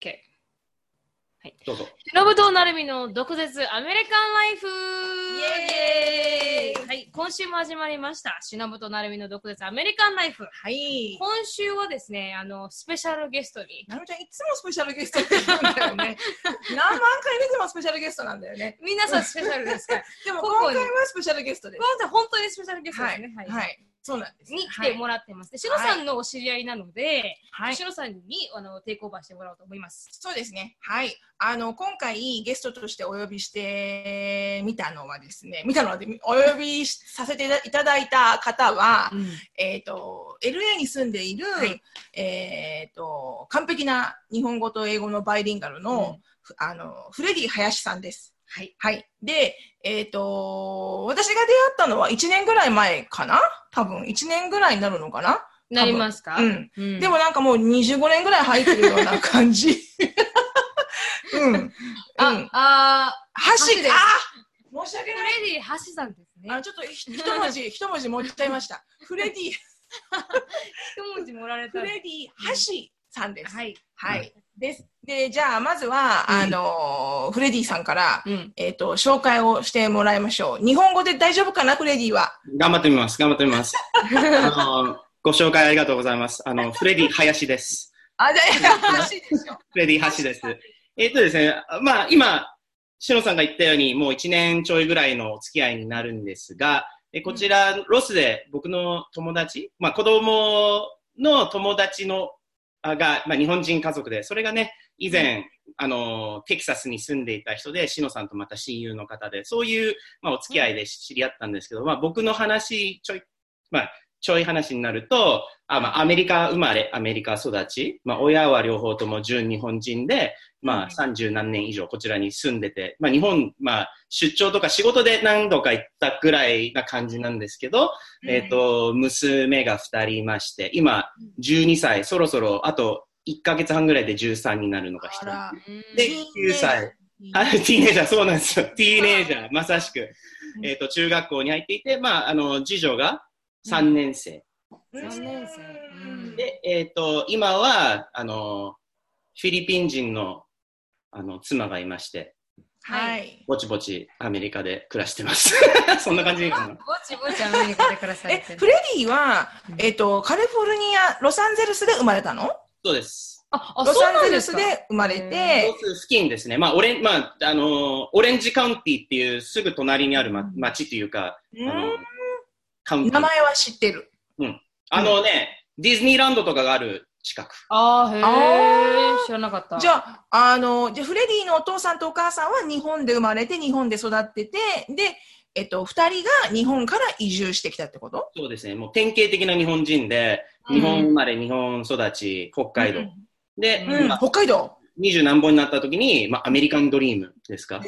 OK。はい。 どうぞ。 忍となるみの毒舌アメリカンライフイエーイ。はい。今週も始まりました。忍となるみの毒舌アメリカンライフ。 はい。 今週はですね、スペシャルゲストに。 なるみちゃん、いつもスペシャルゲストって言うんだよね。何万回出てもスペシャルゲストなんだよね。 皆さんスペシャルですから。 でも今回はスペシャルゲストです。 今回本当にスペシャルゲストですね。 はい。はい。そうなんです。 に来てもらってます。で、しのさんのお知り合いなので、 はい、 しのさんにテイクオーバーしてもらおうと思います。 そうですね。はい。今回ゲストとしてお呼びしてみたのはですね、お呼びさせていただいた方は、LA に住んでいる、はい、完璧な日本語と英語のバイリンガルの、フレディ林さんです。はい。はい。で、私が出会ったのは1年ぐらい前かな？多分1年ぐらいになるのかな？ なりますか？ うん。でもなんかもう25年ぐらい入ってるような感じ。うん。 橋です。 申し訳ない。 フレディ橋さんですね。 ちょっと一文字持っちゃいました。フレディ。 一文字盛られた。 フレディ橋さんです。 はい。 はい。です。で、じゃあ、まずは、フレディさんから、紹介をしてもらいましょう。日本語で大丈夫かな、フレディは。 頑張ってみます。ご紹介ありがとうございます。フレディ林です。 じゃあ、橋でしょ。 フレディ橋です。ですね、まあ、今、しのさんが言ったように、もう1年ちょいぐらいのお付き合いになるんですが、こちら、ロスで僕の友達、まあ、子供の友達のが、まあ、日本人家族で、それがね、以前、テキサスに住んでいた人で、しのさんとまた親友の方で、そういう、まあ、お付き合いで知り合ったんですけど、まあ、僕の話、ちょい話になると、まあ、アメリカ生まれ、アメリカ育ち、まあ、親は両方とも純日本人で、まあ、30何年以上こちらに住んでて、まあ、日本、まあ、出張とか仕事で何度か行ったぐらいな感じなんですけど、娘が2人いまして、今、12歳、そろそろ、あと1ヶ月半ぐらいで13になるのが1人。で、9歳。ティーネイジャー、そうなんですよ。ティーネイジャー、まさしく。中学校に入っていて、まあ、次女が3年生。 3年生。 で、今は、フィリピン人の妻がいまして、 はい。 ぼちぼちアメリカで暮らしてます。そんな感じかな。 ぼちぼちアメリカで暮らされてる。 フレディは、カリフォルニア、ロサンゼルスで生まれたの？ そうです。 ロサンゼルスで生まれて、 ロス付近ですね。まあ、オレンジカウンティっていうすぐ隣にある町っていうか、 名前は知ってる。 うん。ディズニーランドとかがある近く。 知らなかった。 じゃあ、フレディのお父さんとお母さんは日本で生まれて、日本で育ってて、で、二人が日本から移住してきたってこと？ そうですね。もう典型的な日本人で、日本生まれ、日本育ち、北海道。で、 北海道 20何本になった時に、まあ、アメリカンドリームですか。 どう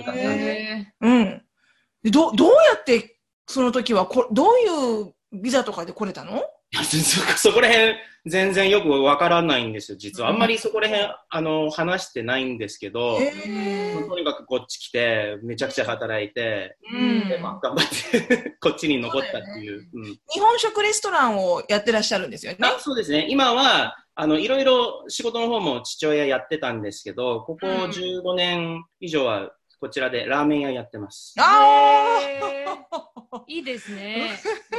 やってその時はどういうビザとかで来れたの？ そこら辺全然よくわからないんですよ、実は。あんまりそこら辺話してないんですけど、とにかくこっち来て、めちゃくちゃ働いて、でまあ、頑張ってこっちに残ったっていう。 日本食レストランをやってらっしゃるんですよね。 そうですね。今は、いろいろ仕事の方も父親やってたんですけど、ここ15年以上はこちらでラーメン屋やってます。 いいですね。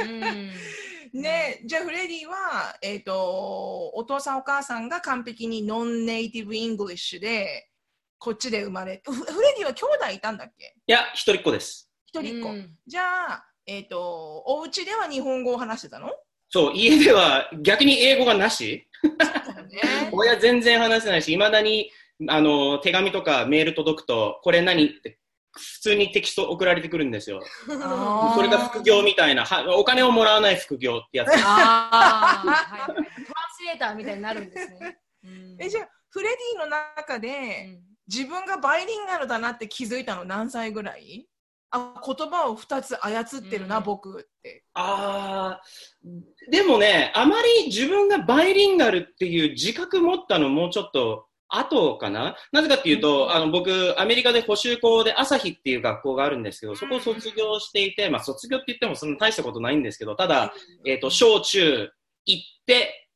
ね、じゃあフレディは、お父さんお母さんが完璧にノンネイティブイングリッシュで、こっちで生まれ、フレディは兄弟いたんだっけ？ いや、一人っ子です。 一人っ子。じゃあ、お家では日本語を話してたの？ そう、家では逆に英語がなし。親全然話せないし、未だに、手紙とかメール届くと、これ何って普通にテキスト送られてくるんですよ。それが副業みたいな、お金をもらわない副業ってやつ。トランスレーターみたいになるんですね。 じゃあ、フレディの中で、自分がバイリンガルだなって気づいたの何歳ぐらい？言葉を2つ操ってるな、僕って。 でもね、あまり自分がバイリンガルっていう自覚持ったのもうちょっと後かな。なぜかっていうと、僕、アメリカで補習校で朝日っていう学校があるんですけど、そこを卒業していて、まあ卒業って言ってもそんな大したことないんですけど、ただ、小中行って、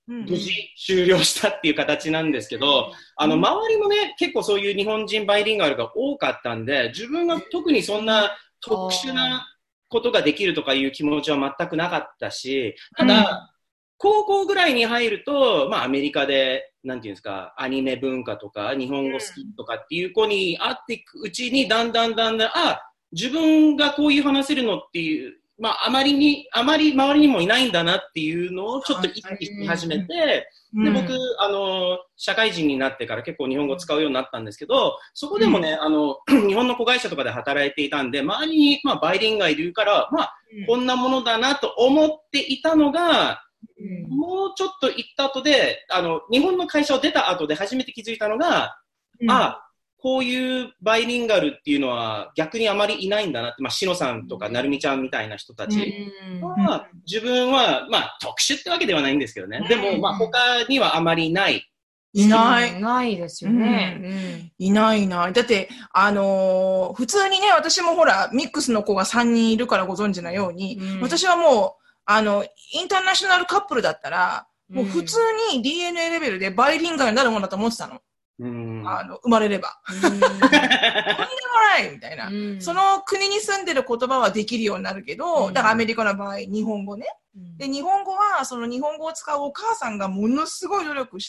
無事終了したっていう形なんですけど、周りもね、結構そういう日本人バイリンガルが多かったんで、自分が特にそんな特殊なことができるとかいう気持ちは全くなかったし、ただ、高校ぐらいに入ると、アメリカで、なんていうんですか、アニメ文化とか、日本語好きとかっていう子に会っていくうちに、だんだん、自分がこういう話せるのっていう、あまり周りにもいないんだなっていうのをちょっと意識し始めて、で、僕、社会人になってから結構日本語を使うようになったんですけど、そこでもね、日本の子会社とかで働いていたんで、周りに、バイリンガルいるから、こんなものだなと思っていたのが、もうちょっと行った後で、日本の会社を出た後で初めて気づいたのが、こういうバイリンガルっていうのは逆にあまりいないんだなって、しのさんとかなるみちゃんみたいな人たちは、自分は、特殊ってわけではないんですけどね。でも、他にはあまりない。 いない。 ないですよね。 いない。だって、普通にね、私もほら、ミックスの子が3人いるからご存知のように、私はもう、インターナショナルカップルだったら、もう普通に DNA レベルでバイリンガルになるものだと思ってたの。生まれれば。とんでもないみたいな。その国に住んでる言葉はできるようになるけど、だからアメリカの場合、日本語ね。で、日本語は、その日本語を使うお母さんがものすごい努力して、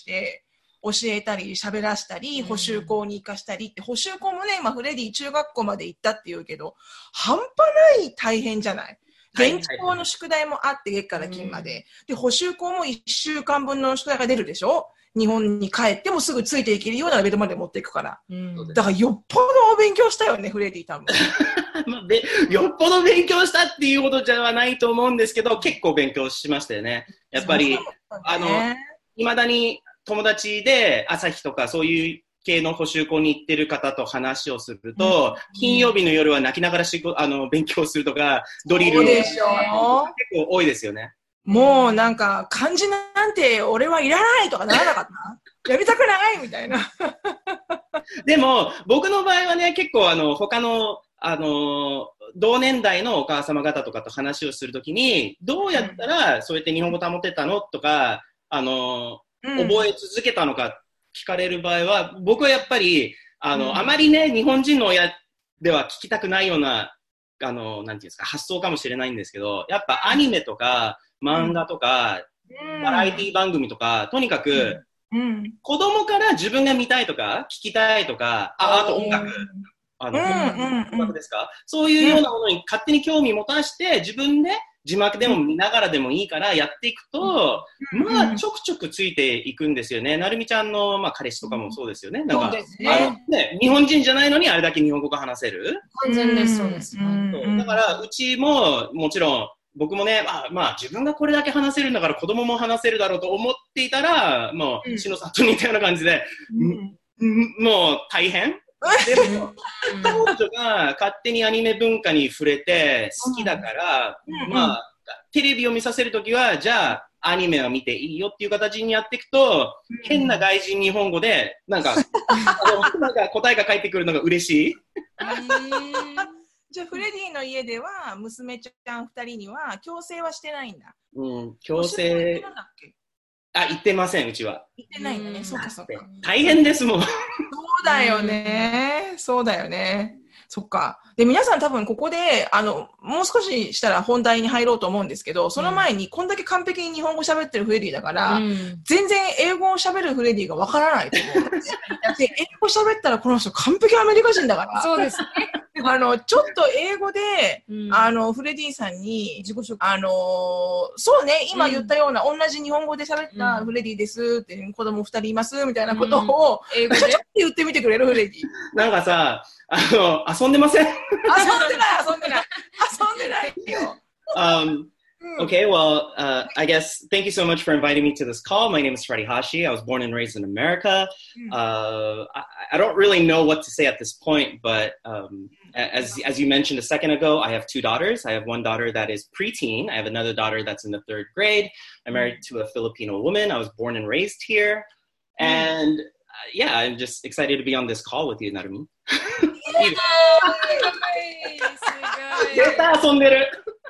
教えたり、喋らしたり、補習校に行かしたりって、補習校もね、フレディ中学校まで行ったって言うけど、半端ない大変じゃない。現地校の宿題もあって、月から金まで。で、補習校も1週間分の宿題が出るでしょ。日本に帰ってもすぐついていけるようなレベルまで持っていくから。だからよっぽど勉強したよね、フレディ多分。 よっぽど勉強したっていうことじゃないと思うんですけど、結構勉強しましたよね。やっぱり、未だに友達で朝日とかそういう系の補習校に行ってる方と話をすると、金曜日の夜は泣きながら勉強するとか、ドリル結構多いですよね。 もうなんか、漢字なんて俺はいらないとかならなかったやりたくないみたいな。 でも、僕の場合はね、結構他の、同年代のお母様方とかと話をするときに、どうやったらそうやって日本語保てたのとか、覚え続けたのか聞かれる場合は、僕はやっぱり、あまりね、日本人の親では聞きたくないような、なんていうんですか、発想かもしれないんですけど、やっぱアニメとか、漫画とか、バラエティ番組とか、とにかく、子供から自分が見たいとか、聞きたいとか、あと音楽。音楽ですか？そういうようなものに勝手に興味持たして、自分で字幕でも見ながらでもいいからやっていくと、ちょくちょくついていくんですよね。なるみちゃんの、彼氏とかもそうですよね。なんか、日本人じゃないのにあれだけ日本語が話せる。 完全です、そうです。 だから、うちも、もちろん、僕もね、自分がこれだけ話せるんだから子供も話せるだろうと思っていたら、もう、しのさんと似たような感じで、もう大変でも、彼女が勝手にアニメ文化に触れて好きだから、テレビを見させるときは、じゃあ、アニメは見ていいよっていう形にやっていくと、変な外人日本語で、なんか答えが返ってくるのが嬉しい。 じゃあ、フレディの家では、娘ちゃん2人には、強制はしてないんだ。 強制。言ってません、うちは。 言ってないんだね。そうか。 大変ですもん。 そうだよね。そっか。で、皆さん多分ここで、もう少ししたら本題に入ろうと思うんですけど、その前にこんだけ完璧に日本語喋ってるフレディだから、全然英語を喋るフレディがわからないと思う。で、英語喋ったらこの人完璧アメリカ人だから。 そうですね。 ちょっと英語で、フレディさんに、自己紹介、そうね、今言ったような、同じ日本語で喋ったフレディですって、子供2人います、みたいなことを、英語でちょっと言ってみてくれる、フレディ。 なんかさ、遊んでません？遊んでないよ。 Okay, well, I guess thank you so much for inviting me to this call. My name is Freddie Hashi. I was born and raised in America. I don't really know what to say at this point, but as you mentioned a second ago, I have two daughters. I have one daughter that is preteen. I have another daughter that's in the 3rd grade. I'm married to a Filipino woman. I was born and raised here. And yeah, I'm just excited to be on this call with you, Narumi. 遊んでる。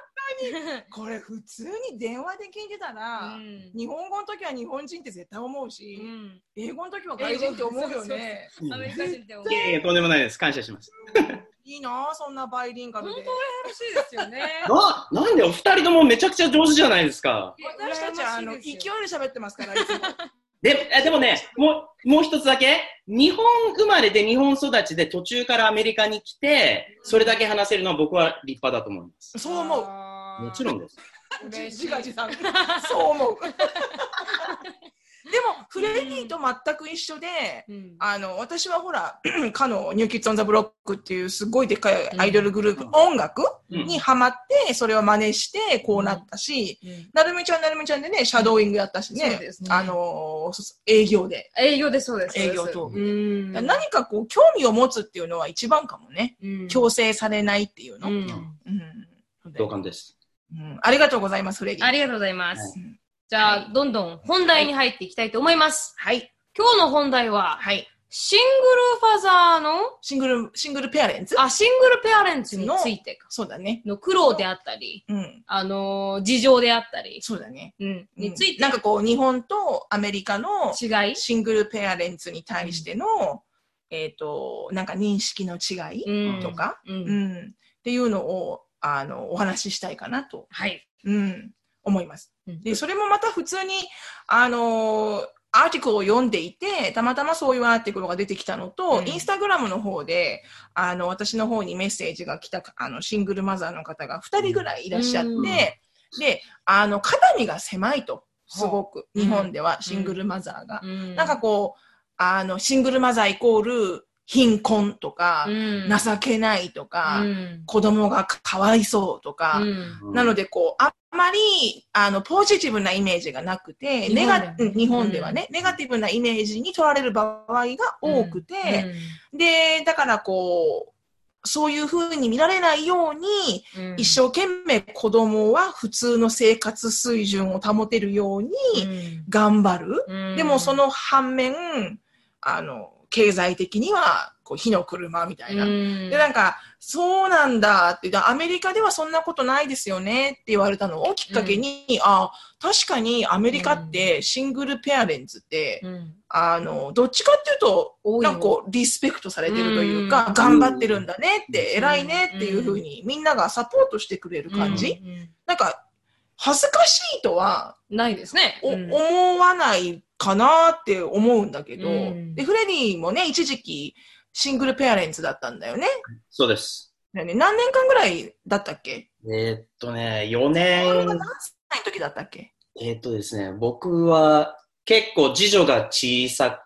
これ普通に電話で聞いてたら、日本語の時は日本人って絶対思うし、英語の時は外人って思うよね。 アメリカ人って思う。 いやいや、とんでもないです。感謝します。 いいなぁ、そんなバイリンガルで。 本当羨ましいですよね。 なんでお二人ともめちゃくちゃ上手じゃないですか。 私たちは勢いで喋ってますから、いつも。 でもね、もう一つだけ、日本生まれで日本育ちで途中からアメリカに来て、それだけ話せるのは僕は立派だと思います。 そう思う。 もちろんです。 自画自賛。そう思う。でも、フレディと全く一緒で、私はほら、かのニューキッズ・オン・ザ・ブロックっていうすごいでっかいアイドルグループ、音楽にハマって、それを真似して、こうなったし、なるみちゃんでね、シャドーイングやったしね、営業で。 営業でそうです。 営業と。何かこう、興味を持つっていうのは一番かもね。強制されないっていうの。 同感です。 ありがとうございます、フレディ。 ありがとうございます。じゃあ、どんどん本題に入っていきたいと思います。 はい。 今日の本題は、シングルファザーのシングルペアレンツシングルペアレンツについてか。 そうだね。 の苦労であったり、事情であったり。 そうだね。 について。 なんかこう、日本とアメリカの違いシングルペアレンツに対しての、なんか認識の違いとか、っていうのを、お話ししたいかなと。 はい。 思います。で、それもまた普通に、アーティクルを読んでいて、たまたまそういうアーティクルが出てきたのと、インスタグラムの方で、私の方にメッセージが来た、シングルマザーの方が2人ぐらいいらっしゃって、で、肩身が狭いと、すごく、日本ではシングルマザーが。なんかこう、シングルマザーイコール、貧困とか、情けないとか、子供がかわいそうとか、なのでこう、あまり、ポジティブなイメージがなくて、日本ではね、ネガティブなイメージに取られる場合が多くて、で、だからこう、そういう風に見られないように、一生懸命子供は普通の生活水準を保てるように頑張る。でもその反面、経済的には、こう、火の車みたいな。で、なんか、そうなんだって、アメリカではそんなことないですよねって言われたのをきっかけに、確かにアメリカってシングルペアレンツって、どっちかっていうと、なんかこう、リスペクトされてるというか、頑張ってるんだねって、偉いねっていうふうに、みんながサポートしてくれる感じ。なんか、恥ずかしいとは、 ないですね。 思わないかなって思うんだけど、で、フレディもね、一時期シングルペアレンツだったんだよね。 そうです。 何年間ぐらいだったっけ ？4年。 何歳の時だったっけ？ ですね、僕は結構次女が小さ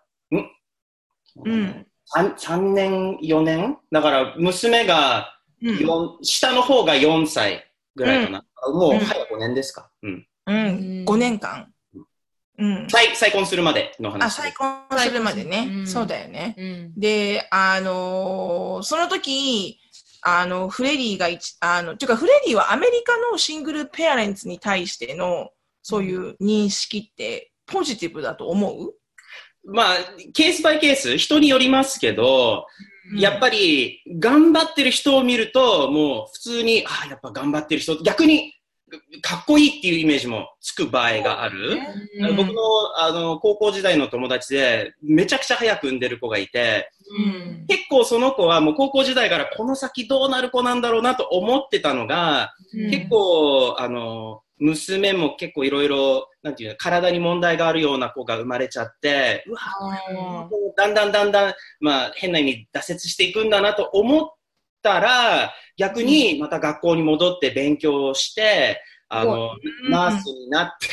3年、4年だから娘が下の方が4歳ぐらいかな。もう早5年ですか。 5年間。 再婚するまでの話。 再婚するまでね。そうだよね。で、その時、フレディがていうかフレディはアメリカのシングルペアレンツに対しての、そういう認識ってポジティブだと思う？ まあ、ケースバイケース、人によりますけど、やっぱり頑張ってる人を見ると、もう普通に、やっぱ頑張ってる人、逆にかっこいいっていうイメージもつく場合がある。僕の、高校時代の友達で、めちゃくちゃ早く産んでる子がいて、結構その子はもう高校時代からこの先どうなる子なんだろうなと思ってたのが、結構、娘も結構いろいろ、なんていうの、体に問題があるような子が生まれちゃって、だんだん、まあ、変な意味、挫折していくんだなと思ったら、逆にまた学校に戻って勉強して、ナースになって、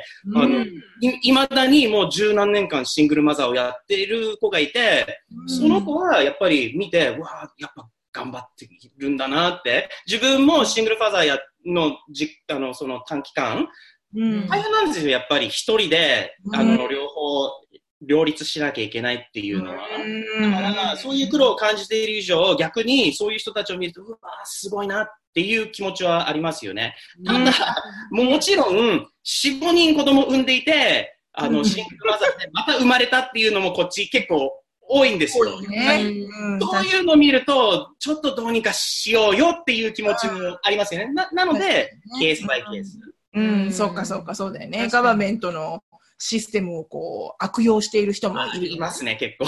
未だにもう十何年間シングルマザーをやっている子がいて、その子はやっぱり見て、やっぱ頑張っているんだなって、自分もシングルファザーのその短期間、大変なんですよ、やっぱり一人で、両方、両立しなきゃいけないっていうのは。だから、そういう苦労を感じている以上、逆にそういう人たちを見ると、すごいなっていう気持ちはありますよね。ただ、もちろん、4、5人子供を産んでいて、シングルマザーでまた生まれたっていうのもこっち結構多いんですよ。 そういうのを見ると、ちょっとどうにかしようよっていう気持ちもありますよね。なので、ケースバイケース。 そうか、そうだよね。ガバメントのシステムをこう、悪用している人もいますね、結構。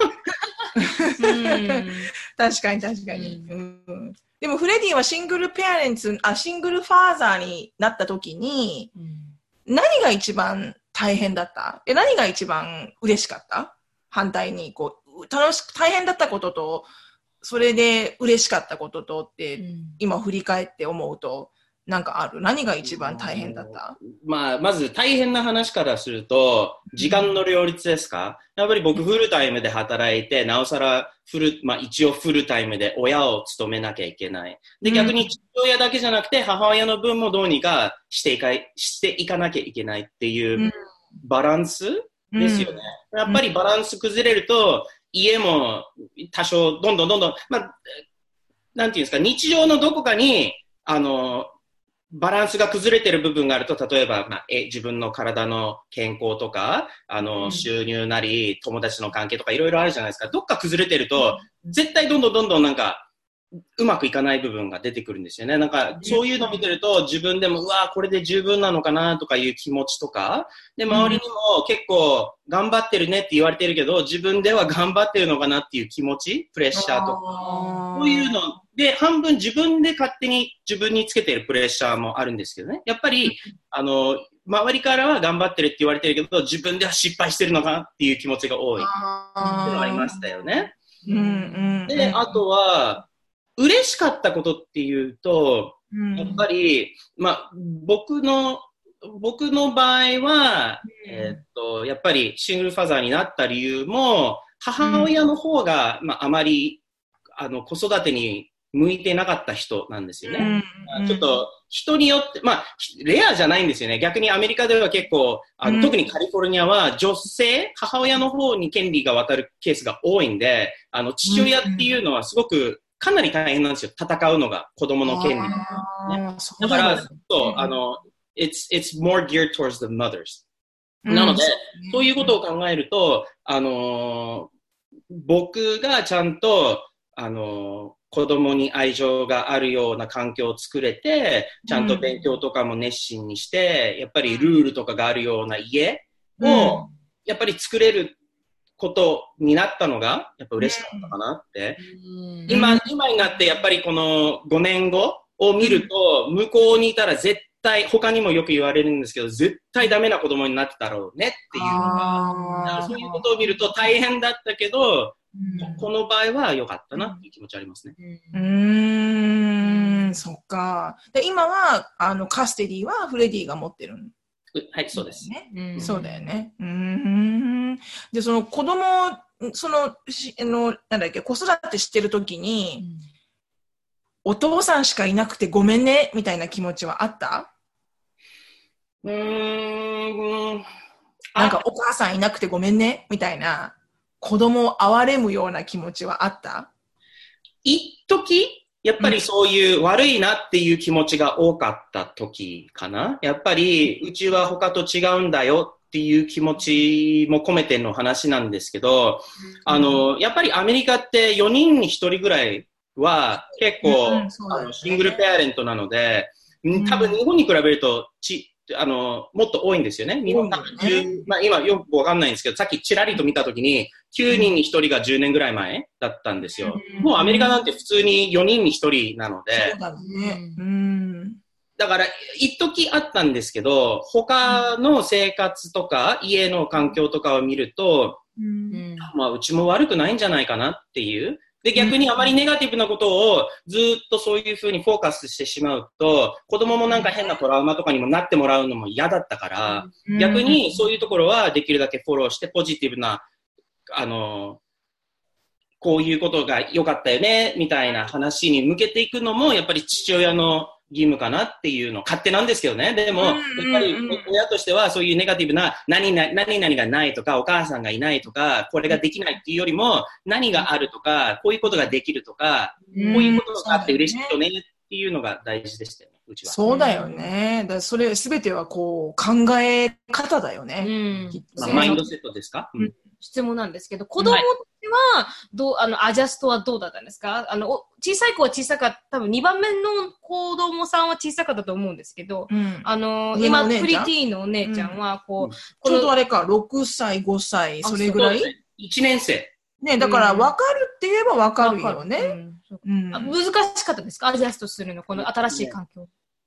確かに。でもフレディはシングルファーザーになった時に、何が一番大変だった？何が一番嬉しかった？反対に、こう、大変だったことと、それで嬉しかったこととって、今振り返って思うと、なんかある？何が一番大変だった？ まず大変な話からすると、時間の両立ですか？やっぱり僕フルタイムで働いて、なおさら一応フルタイムで親を務めなきゃいけない。で、逆に父親だけじゃなくて、母親の分もどうにかしていかなきゃいけないっていうバランスですよね。やっぱりバランス崩れると、家も多少どんどん、なんていうんですか、日常のどこかに、バランスが崩れてる部分があると、例えば、自分の体の健康とか、収入なり、友達の関係とかいろいろあるじゃないですか。どっか崩れてると、絶対どんどんなんか、うまくいかない部分が出てくるんですよね。なんか、そういうのを見てると、自分でも、これで十分なのかなとかいう気持ちとか、で、周りにも結構、頑張ってるねって言われてるけど、自分では頑張ってるのかなっていう気持ち、プレッシャーとか、そういうので、半分自分で勝手に自分につけているプレッシャーもあるんですけどね。やっぱり、周りからは頑張ってるって言われてるけど、自分では失敗してるのかなっていう気持ちが多い。っていうのがありましたよね。で、あとは、嬉しかったことっていうと、やっぱり、僕の場合は、やっぱりシングルファザーになった理由も、母親の方が、あまり、子育てに向いてなかった人なんですよね。ちょっと、人によって、レアじゃないんですよね。逆にアメリカでは結構、特にカリフォルニアは母親の方に権利が渡るケースが多いんで、父親っていうのはすごく、かなり大変なんですよ。戦うのが、子供の権利、ね。だから、it's more geared towards the mothers. なので、そういうことを考えると、僕がちゃんと、子供に愛情があるような環境を作れて、ちゃんと勉強とかも熱心にして、やっぱりルールとかがあるような家を、やっぱり作れることになったのが、やっぱ嬉しかったかなって。今になってやっぱりこの5年後を見ると、向こうにいたら絶対、他にもよく言われるんですけど、絶対ダメな子供になってたろうねっていうのが、そういうことを見ると大変だったけど、この場合は良かったなっていう気持ちありますね。 そっか。で、今は、カステディはフレディが持ってる。 はい、そうです。 そうだよね。で、その子供、なんだっけ、子育てしてるときに、お父さんしかいなくてごめんね、みたいな気持ちはあった？なんかお母さんいなくてごめんね、みたいな、子供を憐れむような気持ちはあった？ 一時やっぱりそういう悪いなっていう気持ちが多かった時かな。やっぱりうちは他と違うんだよっていう気持ちも込めての話なんですけど、やっぱりアメリカって4人に1人ぐらいは結構、シングルペアレントなので、多分日本に比べるともっと多いんですよね。日本多分今よくわかんないんですけど、さっきちらりと見たときに9人に1人が10年ぐらい前だったんですよ。もうアメリカなんて普通に4人に1人なので。 そうだね。 だから、一時あったんですけど、他の生活とか家の環境とかを見ると、うちも悪くないんじゃないかなっていう。で、逆にあまりネガティブなことをずっとそういうふうにフォーカスしてしまうと、子供もなんか変なトラウマとかにもなってもらうのも嫌だったから、逆にそういうところはできるだけフォローしてポジティブな、こういうことが良かったよね、みたいな話に向けていくのも、やっぱり父親の義務かなっていうの、勝手なんですけどね。でも、やっぱり親としてはそういうネガティブな何々がないとか、お母さんがいないとか、これができないっていうよりも、何があるとか、こういうことができるとか、こういうことがあって嬉しいよねっていうのが大事でしたよね、うちは。 そうだよね。それ全てはこう、考え方だよね。 マインドセットですか？ 質問なんですけど、子供っは、アジャストはどうだったんですか？小さい子は小さかった、多分2番目の子供さんは小さかったと思うんですけど、今、プリティのお姉ちゃんは、こう、 ちょうどあれか、6歳、5歳、それぐらい ?1 年生。 ね、だから分かるって言えば分かるよね。 難しかったですか？アジャストするの、この新しい環境。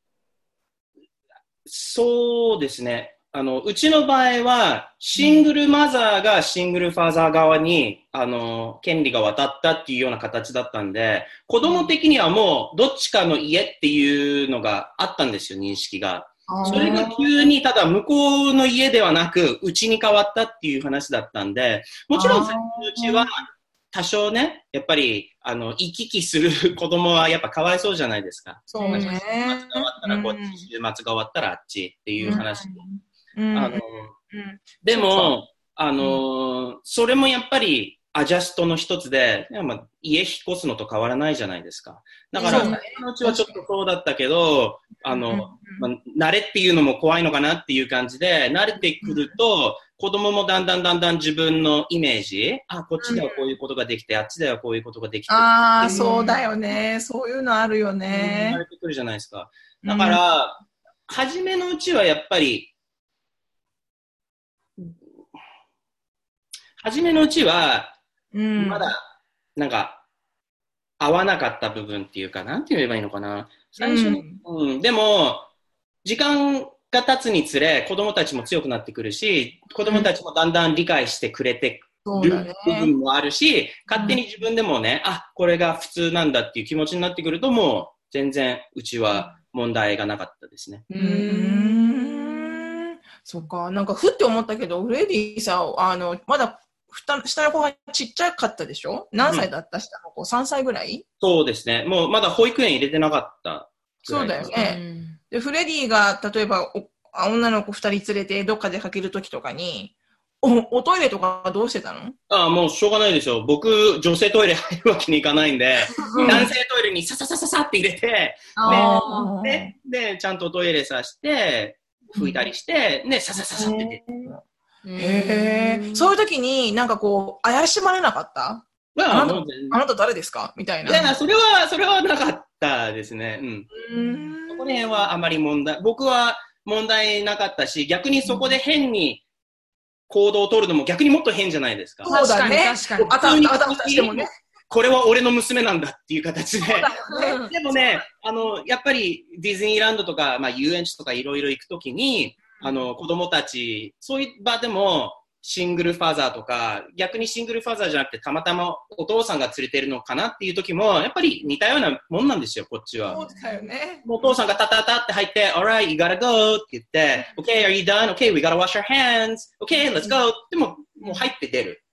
そうですね。うちの場合は、シングルマザーがシングルファーザー側に、権利が渡ったっていうような形だったんで、子供的にはもう、どっちかの家っていうのがあったんですよ、認識が。それが急に、ただ向こうの家ではなく、うちに変わったっていう話だったんで、もちろん、うちは、多少ね、やっぱり、行き来する子供はやっぱかわいそうじゃないですか。 そうね。 週末が終わったらこっち、週末が終わったらあっちっていう話で。でも、それもやっぱりアジャストの一つで、家引っ越すのと変わらないじゃないですか。だから、最初のうちはちょっとそうだったけど、慣れっていうのも怖いのかなっていう感じで、慣れてくると、子供もだんだん自分のイメージ、こっちではこういうことができて、あっちではこういうことができて。 そうだよね。そういうのあるよね。 慣れてくるじゃないですか。だから、初めのうちはやっぱり、まだ、なんか、合わなかった部分っていうか、なんて言えばいいのかな。最初に、でも、時間が経つにつれ、子供たちも強くなってくるし、子供たちもだんだん理解してくれてる部分もあるし、勝手に自分でもね、これが普通なんだっていう気持ちになってくると、もう、全然、うちは問題がなかったですね。 そっか、なんか、ふって思ったけど、フレディさ、まだ、下の子がちっちゃかったでしょ？何歳だった下の子？ 3 歳ぐらい？ そうですね。もうまだ保育園入れてなかった。 そうだよね。で、フレディが、例えば女の子2人連れてどっか出かけるときとかに、おトイレとかどうしてたの？ もうしょうがないですよ。僕、女性トイレ入るわけにいかないんで、男性トイレにサって入れて、で、ちゃんとトイレさして、拭いたりして、ね、サって出て。 そういう時になんかこう怪しまれなかった？あなた誰ですかみたいな。 いや、それはなかったですね。そこら辺はあまり僕は問題なかったし、逆にそこで変に行動を取るのも逆にもっと変じゃないですか。 そうだね。頭してもね。 これは俺の娘なんだっていう形で。でもね、やっぱりディズニーランドとか、遊園地とかいろいろ行くときに、子供たち、そういう場でも、シングルファーザーとか、逆にシングルファーザーじゃなくて、たまたまお父さんが連れてるのかなっていう時も、やっぱり似たようなもんなんですよ、こっちは。 そうだよね。 お父さんがタタタって入って、alright, you gotta go って言って、okay, are you done? Okay, we gotta wash our hands. Okay, let's go. でも、もう入って出る。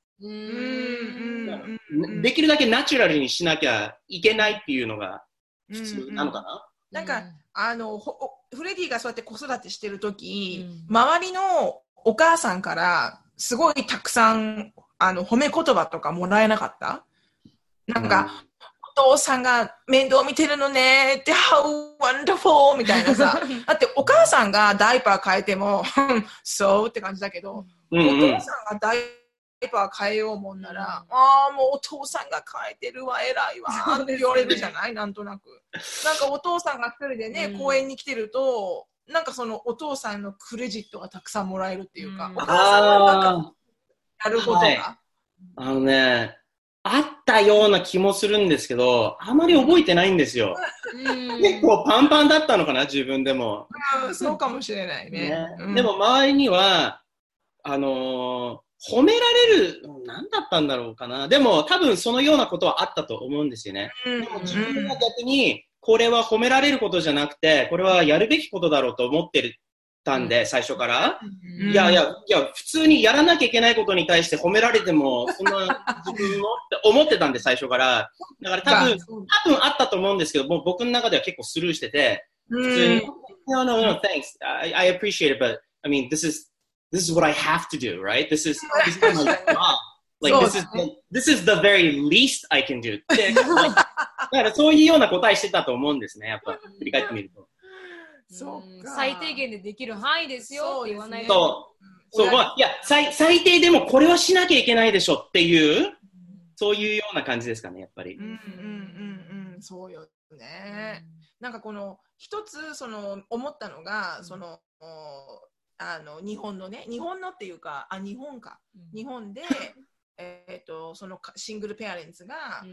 できるだけナチュラルにしなきゃいけないっていうのが普通なのかな。 なんか、フレディがそうやって子育てしてるとき、周りのお母さんからすごいたくさん褒め言葉とかもらえなかった？なんか、お父さんが面倒見てるのねって、How wonderful! みたいなさ。だってお母さんがダイパー変えても、そうって感じだけど、お父さんがダイパー変えようもんなら、もうお父さんが変えてるわ、偉いわって言われるじゃない？なんとなく。なんかお父さんが一人でね、公園に来てると、なんかそのお父さんのクレジットがたくさんもらえるっていうか、お母さんがなんかやることが。 あったような気もするんですけど、あまり覚えてないんですよ。結構パンパンだったのかな、自分でも。 そうかもしれないね。 でも周りには、褒められる、何だったんだろうかな。でも多分そのようなことはあったと思うんですよね。でも自分は逆に、これは褒められることじゃなくて、これはやるべきことだろうと思ってたんで、最初から。いや、普通にやらなきゃいけないことに対して褒められても、そんな自分もって思ってたんで、最初から。だから多分あったと思うんですけど、もう僕の中では結構スルーしてて、普通に、No, thanks. I appreciate it, but, I mean, this is what I have to do, right? This is my job. Like, this is the very least I can do. だからそういうような答えしてたと思うんですね、やっぱ振り返ってみると。 最低限でできる範囲ですよって言わないと。そう、いや、最低でもこれはしなきゃいけないでしょっていうそういうような感じですかね、やっぱり。 そうよね。なんかこの一つ思ったのが、日本のっていうか、日本で、そのシングルペアレンツが、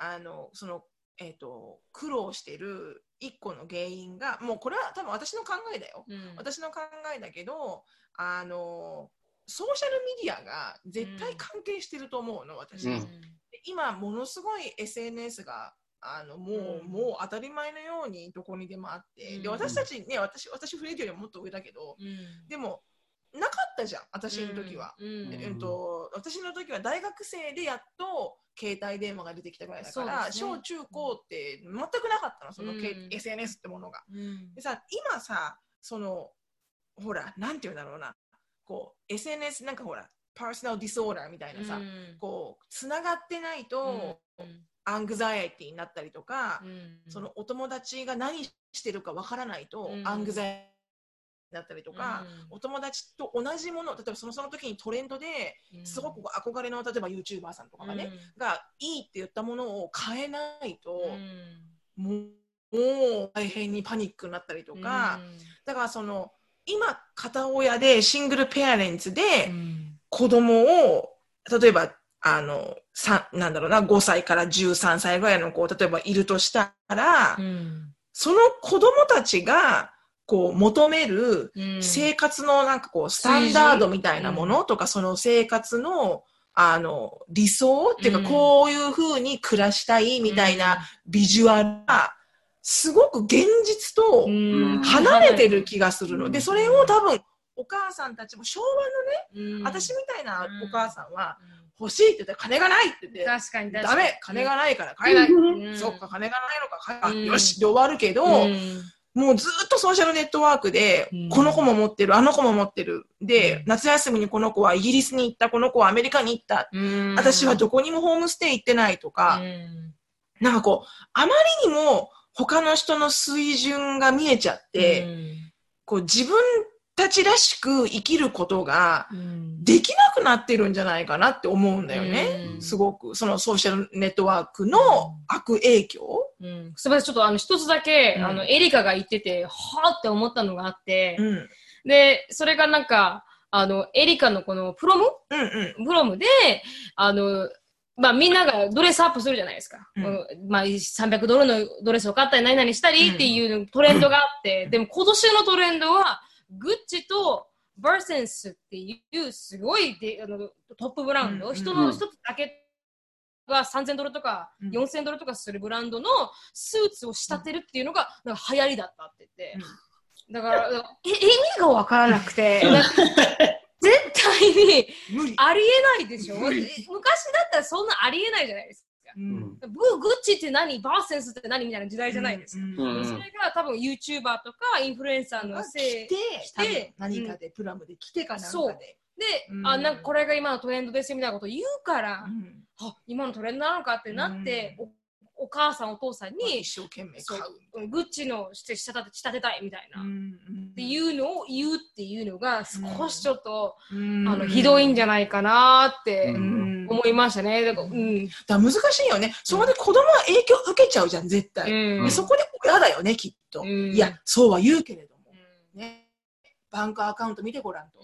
苦労してる一個の原因が、もうこれは多分私の考えだよ。私の考えだけど、ソーシャルメディアが絶対関係してると思うの、私。今、ものすごい SNS が、もう当たり前のようにどこにでもあって、で、私たちね、私フレディよりもっと上だけど、でも、なかったじゃん、私の時は。私の時は大学生でやっと携帯電話が出てきたぐらいだから、小中高って全くなかったの、その、SNS ってものが。でさ、今さ、ほら、なんていうんだろうな、こう、SNS なんかほら、パーソナルディソーダーみたいなさ、こう、つながってないと、アングザイティになったりとか、そのお友達が何してるかわからないと、アングザイティだったりとか、お友達と同じもの、例えばその時にトレンドですごく憧れの例えば YouTuber さんとかがね、がいいって言ったものを買えないと、もう大変にパニックになったりとか、だから今片親でシングルペアレンツで子供を例えばなんだろうな、5歳から13歳ぐらいの子例えばいるとしたら、その子供たちがこう求める生活のなんかこうスタンダードみたいなものとか、その生活の理想っていうか、こういう風に暮らしたいみたいなビジュアルがすごく現実と離れてる気がするので、それを多分お母さんたちも昭和のね、私みたいなお母さんは欲しいって言ったら金がないって言って、 確かにダメ、金がないから買えない、そっか、金がないのか、よしで終わるけど、もうずっとソーシャルネットワークで、この子も持ってる、あの子も持ってる。で、夏休みにこの子はイギリスに行った、この子はアメリカに行った。私はどこにもホームステイ行ってないとか、なんかこう、あまりにも他の人の水準が見えちゃって、こう自分たちらしく生きることができなくなってるんじゃないかなって思うんだよね。すごく。そのソーシャルネットワークの悪影響。 すみません、ちょっと一つだけ、エリカが言ってて、はぁって思ったのがあって、で、それがなんか、エリカのこのプロムで、まあみんながドレスアップするじゃないですか。まあ$300のドレスを買ったり何々したりっていうトレンドがあって、でも今年のトレンドは、グッチとバーセンスっていうすごいトップブランド、一つだけが$3000とか$4000とかするブランドのスーツを仕立てるっていうのがなんか流行りだったって言って、だから意味がわからなくて絶対にありえないでしょ。昔だったらそんなありえないじゃないですか。グッチって何、バーセンスって何みたいな時代じゃないですか。それが多分 YouTuber とかインフルエンサーのせいで何かでプラムで来てかなんかで。 で、なんかこれが今のトレンドですみたいなことを言うから、今のトレンドなのかってなって、お母さんお父さんに一生懸命買うグッチの仕立てたいみたいな、っていうのを言うっていうのが少しちょっと、ひどいんじゃないかなって思いましたね。だから難しいよね。そこで子供は影響受けちゃうじゃん、絶対。でそこで親だよね、きっと。いや、そうは言うけれども。ね、バンクアカウント見てごらんと。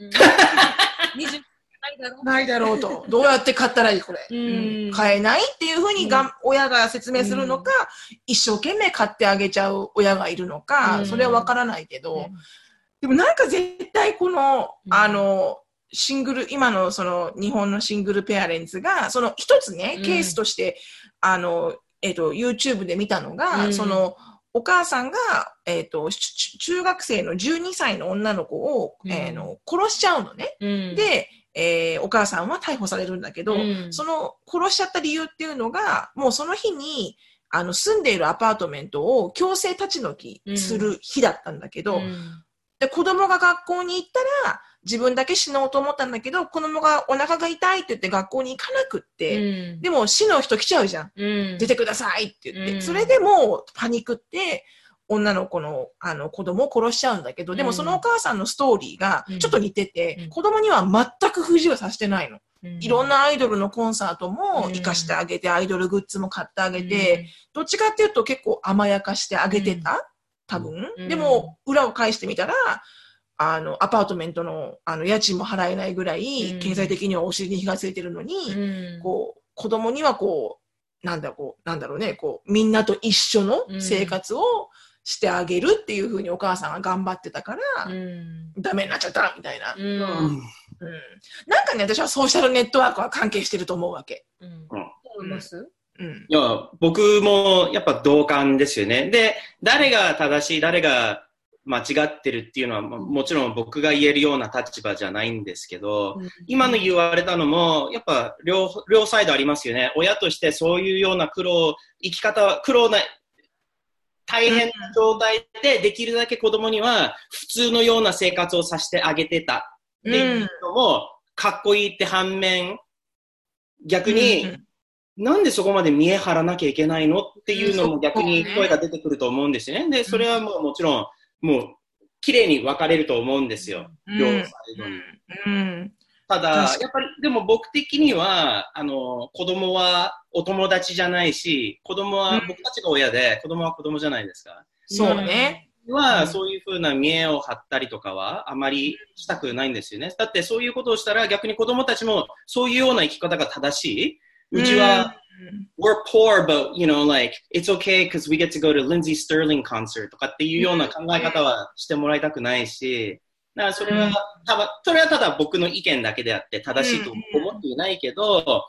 ないだろうと。どうやって買ったらいいこれ。買えないっていうふうに親が説明するのか、一生懸命買ってあげちゃう親がいるのか、それはわからないけど、でもなんか絶対この、今のその日本のシングルペアレンツが、その一つね、ケースとして、YouTube で見たのが、その、お母さんが、中学生の12歳の女の子を、殺しちゃうのね。で、お母さんは逮捕されるんだけど、その殺しちゃった理由っていうのが、もうその日に、住んでいるアパートメントを強制立ち退きする日だったんだけど、で子供が学校に行ったら、自分だけ死のうと思ったんだけど、子供がお腹が痛いって言って学校に行かなくって、でも死の人来ちゃうじゃん。出てくださいって言って。それでもうパニックって、女の子の子供を殺しちゃうんだけど、でもそのお母さんのストーリーがちょっと似てて、子供には全く不自由させてないの。 いろんなアイドルのコンサートも活かしてあげて、アイドルグッズも買ってあげて、どっちかっていうと結構甘やかしてあげてた、多分。でも、裏を返してみたら、アパートメントの、家賃も払えないぐらい、経済的にはお尻に火がついてるのに、こう、子供にはこう、なんだろうね、こう、みんなと一緒の生活をしてあげるっていう風にお母さんが頑張ってたから、ダメになっちゃったみたいな。なんかね、私はソーシャルネットワークは関係してると思うわけ。 思います？ いや、僕もやっぱ同感ですよね。で、誰が正しい、誰が間違ってるっていうのは、もちろん僕が言えるような立場じゃないんですけど、今の言われたのも、やっぱ両サイドありますよね。親としてそういうような生き方、大変な状態でできるだけ子供には普通のような生活をさせてあげてたっていうのもかっこいいって反面、逆になんでそこまで見え張らなきゃいけないのっていうのも逆に声が出てくると思うんですよね。で、それはもちろんもう綺麗に分かれると思うんですよ。両サイドに。ただ、やっぱり、でも僕的には、子供はお友達じゃないし、子供は僕たちが親で、子供は子供じゃないですか。 そうね。 そういう風な見栄を張ったりとかはあまりしたくないんですよね。だってそういうことをしたら逆に子供たちもそういうような生き方が正しい。うちは、we're poor, but, like, it's okay because we get to go to Lindsey Sterling concert とかっていうような考え方はしてもらいたくないし、だからそれはただ僕の意見だけであって正しいと思っていないけど、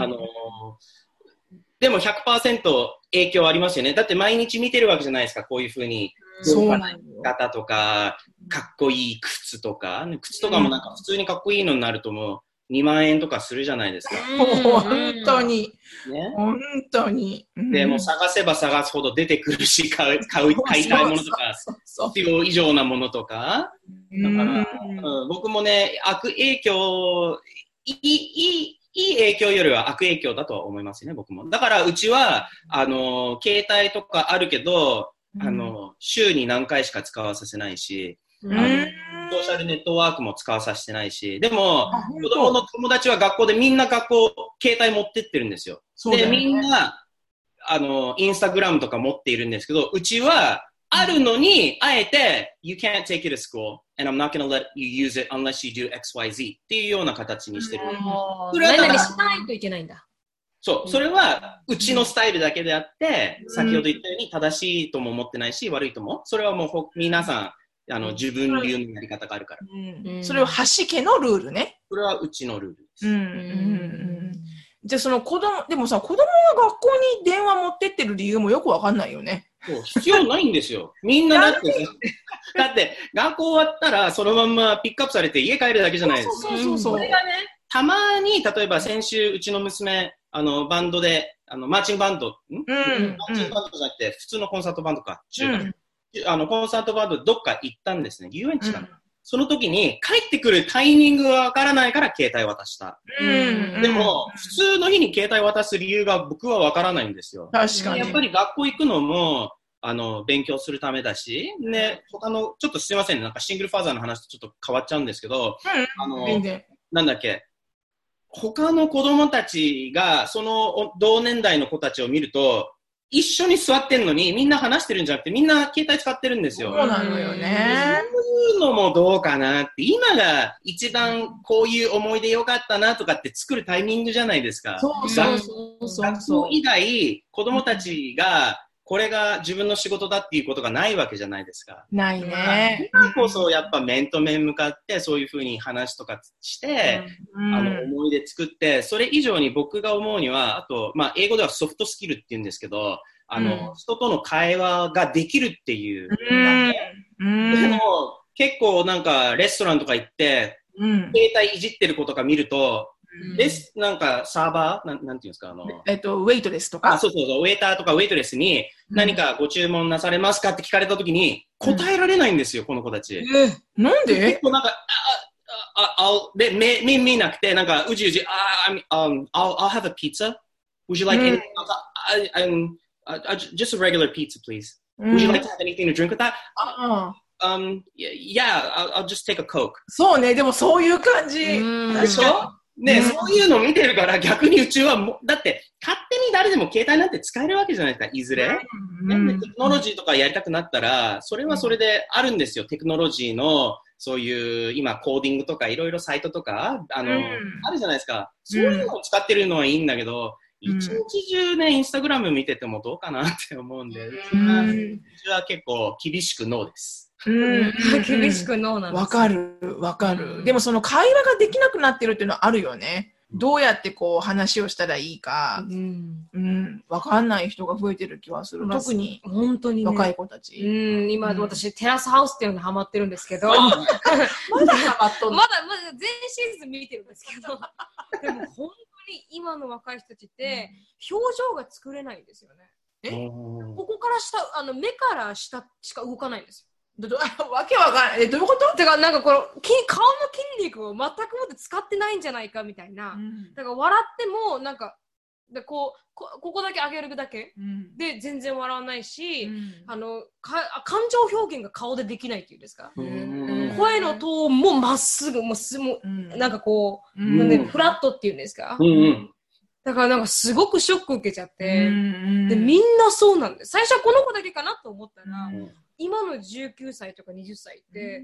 でも 100% 影響ありますよね。だって毎日見てるわけじゃないですか、こういうふうに。 そうなん方とか、かっこいい靴とか、靴とかもなんか普通にかっこいいのになるともう2万円とかするじゃないですか。 本当に。 ね。 本当に。 で、もう探せば探すほど出てくるし、買いたいものとか、必要以上なものとか。だから、僕もね、悪影響、いい影響よりは悪影響だとは思いますね、僕も。だからうちは、携帯とかあるけど、週に何回しか使わさせないし、ソーシャルネットワークも使わさせてないし、でも、子供の友達は学校でみんな携帯持ってってるんですよ。で、みんな、インスタグラムとか持っているんですけど、うちは、あるのに、あえて、you can't take it to school, and I'm not going to let you use it unless you do XYZ っていうような形にしてる。 それは何々しないといけないんだ。 そう、それはうちのスタイルだけであって、先ほど言ったように正しいとも思ってないし、悪いとも。それはもう皆さん、自分流のやり方があるから。 それは橋家のルールね。 それはうちのルールです。 じゃあそのでもさ、子供が学校に電話持ってってる理由もよくわかんないよね。 そう、必要ないんですよ。みんなだって、学校終わったらそのまんまピックアップされて家帰るだけじゃないですか。 そう。 それがね、たまに、例えば先週うちの娘、バンドで、マーチングバンド、マーチングバンドじゃなくて、普通のコンサートバンドか、コンサートバンドでどっか行ったんですね。遊園地かな。その時に帰ってくるタイミングがわからないから携帯渡した。でも、普通の日に携帯渡す理由が僕はわからないんですよ。 確かに。 やっぱり学校行くのも、勉強するためだし、ね、他の、ちょっとすいませんね、なんかシングルファーザーの話とちょっと変わっちゃうんですけど、なんだっけ、他の子供たちが、その同年代の子たちを見ると、一緒に座ってんのにみんな話してるんじゃなくてみんな携帯使ってるんですよ。 そうなのよね。 そういうのもどうかなって、今が一番こういう思い出よかったなとかって作るタイミングじゃないですか。学校以外、子供たちがこれが自分の仕事だっていうことがないわけじゃないですか。 ないね。 今こそやっぱ面と面向かってそういうふうに話とかして、思い出作って、それ以上に僕が思うには、あと、英語ではソフトスキルって言うんですけど、人との会話ができるっていう。でも、結構なんかレストランとか行って、携帯いじってる子とか見ると、なんかサーバーなんていうんですかウェイトレスとか。 そう、ウェイターとかウェイトレスに何かご注文なされますかって聞かれたときに答えられないんですよ、この子たち。 なんで？ 結構なんか、で、見なくて、なんかうじうじ、I'll have a pizza. Would you like anything? Just a regular pizza, please. Would you like to have anything to drink with that? Yeah, I'll just take a Coke. そうね、でもそういう感じ。 でしょ？ ね、そういうのを見てるから逆にうちはだって勝手に誰でも携帯なんて使えるわけじゃないですか、いずれ。テクノロジーとかやりたくなったら、それはそれであるんですよ。テクノロジーの、そういう今コーディングとかいろいろサイトとか、あるじゃないですか。そういうのを使ってるのはいいんだけど、一日中ね、インスタグラム見ててもどうかなって思うんで、うちは結構厳しくノーです。 厳しくノーなんです。 わかる、わかる。でもその会話ができなくなってるっていうのはあるよね。どうやってこう話をしたらいいか、わかんない人が増えてる気はする。特に本当に、 若い子たち。 今、私テラスハウスっていうのにハマってるんですけど、 まだハマっとんの？ まだ全シーズン見てるんですけど、でも本当に今の若い人たちって表情が作れないんですよね。ここから下、目から下しか動かないんですよ。 わけわかんない。どういうこと？ だからなんかこの顔の筋肉を全くもって使ってないんじゃないかみたいな。だから笑ってもなんかここだけ上げるだけで全然笑わないし、感情表現が顔でできないっていうんですか。声のトーンもまっすぐなんかこう、フラットっていうんですか。だからなんかすごくショック受けちゃって、でみんなそうなんです。最初はこの子だけかなと思ったら。今の19歳とか20歳って、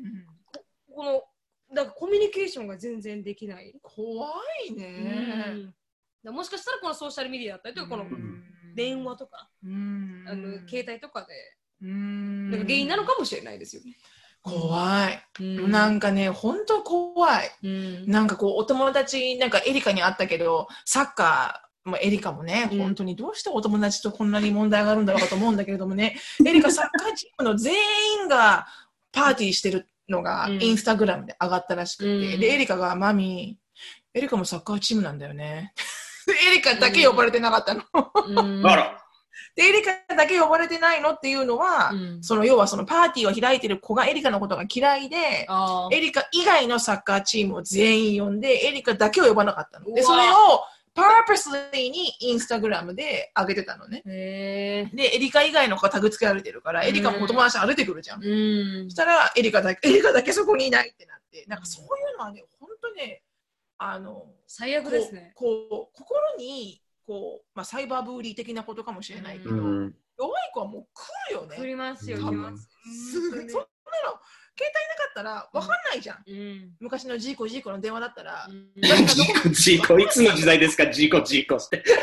このだからコミュニケーションが全然できない。 怖いね。 もしかしたらこのソーシャルメディアだったりとか、この電話とか、携帯とかで、なんか原因なのかもしれないですよね。 怖い。なんかね、本当怖い。なんかこう、お友達、なんかエリカに会ったけど、サッカー、エリカもね、本当にどうしてお友達とこんなに問題があるんだろうかと思うんだけれどもね、エリカサッカーチームの全員がパーティーしてるのがインスタグラムで上がったらしくて、で、エリカがマミー、エリカもサッカーチームなんだよね。エリカだけ呼ばれてなかったの。 あら。 で、エリカだけ呼ばれてないのっていうのは、要はそのパーティーを開いてる子がエリカのことが嫌いで、エリカ以外のサッカーチームを全員呼んで、エリカだけを呼ばなかったの。で、それを、purposely にインスタグラムで上げてたのね。で、エリカ以外の子がタグ付けられてるから、エリカもお友達が出てくるじゃん。そしたら、エリカだけそこにいないってなって、なんかそういうのはね、ほんとね、 最悪ですね。 心に、サイバーブーリー的なことかもしれないけど、弱い子はもう来るよね。 来りますよ、来ます。 そんなの。携帯なかったら分かんないじゃん。昔のジーコの電話だったら。 ジーコ、いつの時代ですか、ジーコって。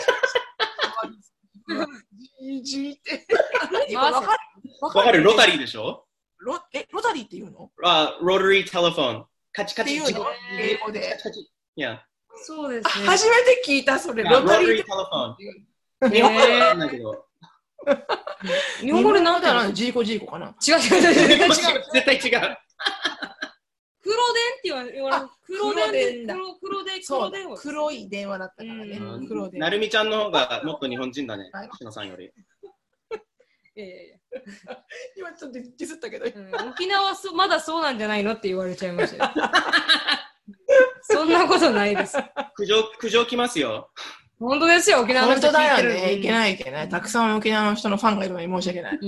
ジーって。 分かるロタリーでしょ？ ロタリーって言うの？ ロータリーテレフォン。カチカチ。 っていうの？英語で。 そうですね。 初めて聞いた、それ。ロタリーテレフォン。日本語でわかんないけど。 日本語で何だろう？ジーコかな？ 違う。絶対違う。 黒電って言われる。黒電だ。 そう、黒い電話だったからね。黒電。 なるみちゃんの方がもっと日本人だね。しのさんより。 今ちょっとディスったけど。 沖縄はまだそうなんじゃないのって言われちゃいましたよ。そんなことないです。 苦情来ますよ。 本当ですよ、沖縄の人聞いてる。 本当だよね。いけない。たくさん沖縄の人のファンがいるのに申し訳ない。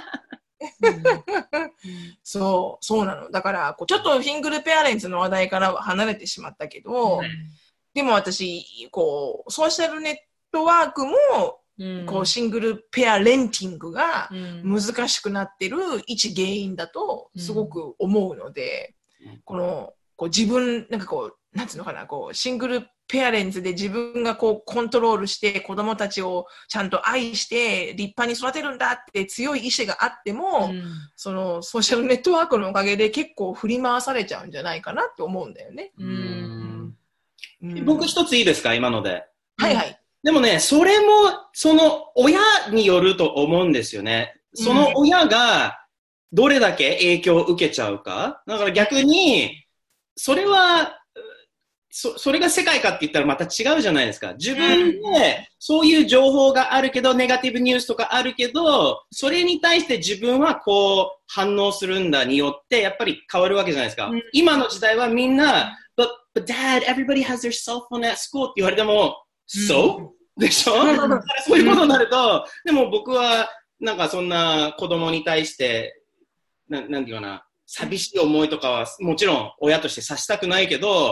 そうなの。だから、ちょっとシングルペアレンツの話題からは離れてしまったけど、でも私、ソーシャルネットワークも、シングルペアレンティングが難しくなってる一原因だとすごく思うので、自分、なんつうのかな、シングルペアレンツで自分がコントロールして子供たちをちゃんと愛して立派に育てるんだって強い意志があっても、そのソーシャルネットワークのおかげで結構振り回されちゃうんじゃないかなって思うんだよね。 僕一ついいですか、今ので。 はいはい。 でもね、それもその親によると思うんですよね。その親がどれだけ影響を受けちゃうか。だから逆にそれはそれが世界かって言ったらまた違うじゃないですか。自分でそういう情報があるけど、ネガティブニュースとかあるけど、それに対して自分は反応するんだによってやっぱり変わるわけじゃないですか。今の時代はみんな、but dad, everybody has their cell phone at school って言われても、so? でしょそういうことになると、でも僕はなんかそんな子供に対して、なんていうかな、寂しい思いとかはもちろん親としてさせたくないけど、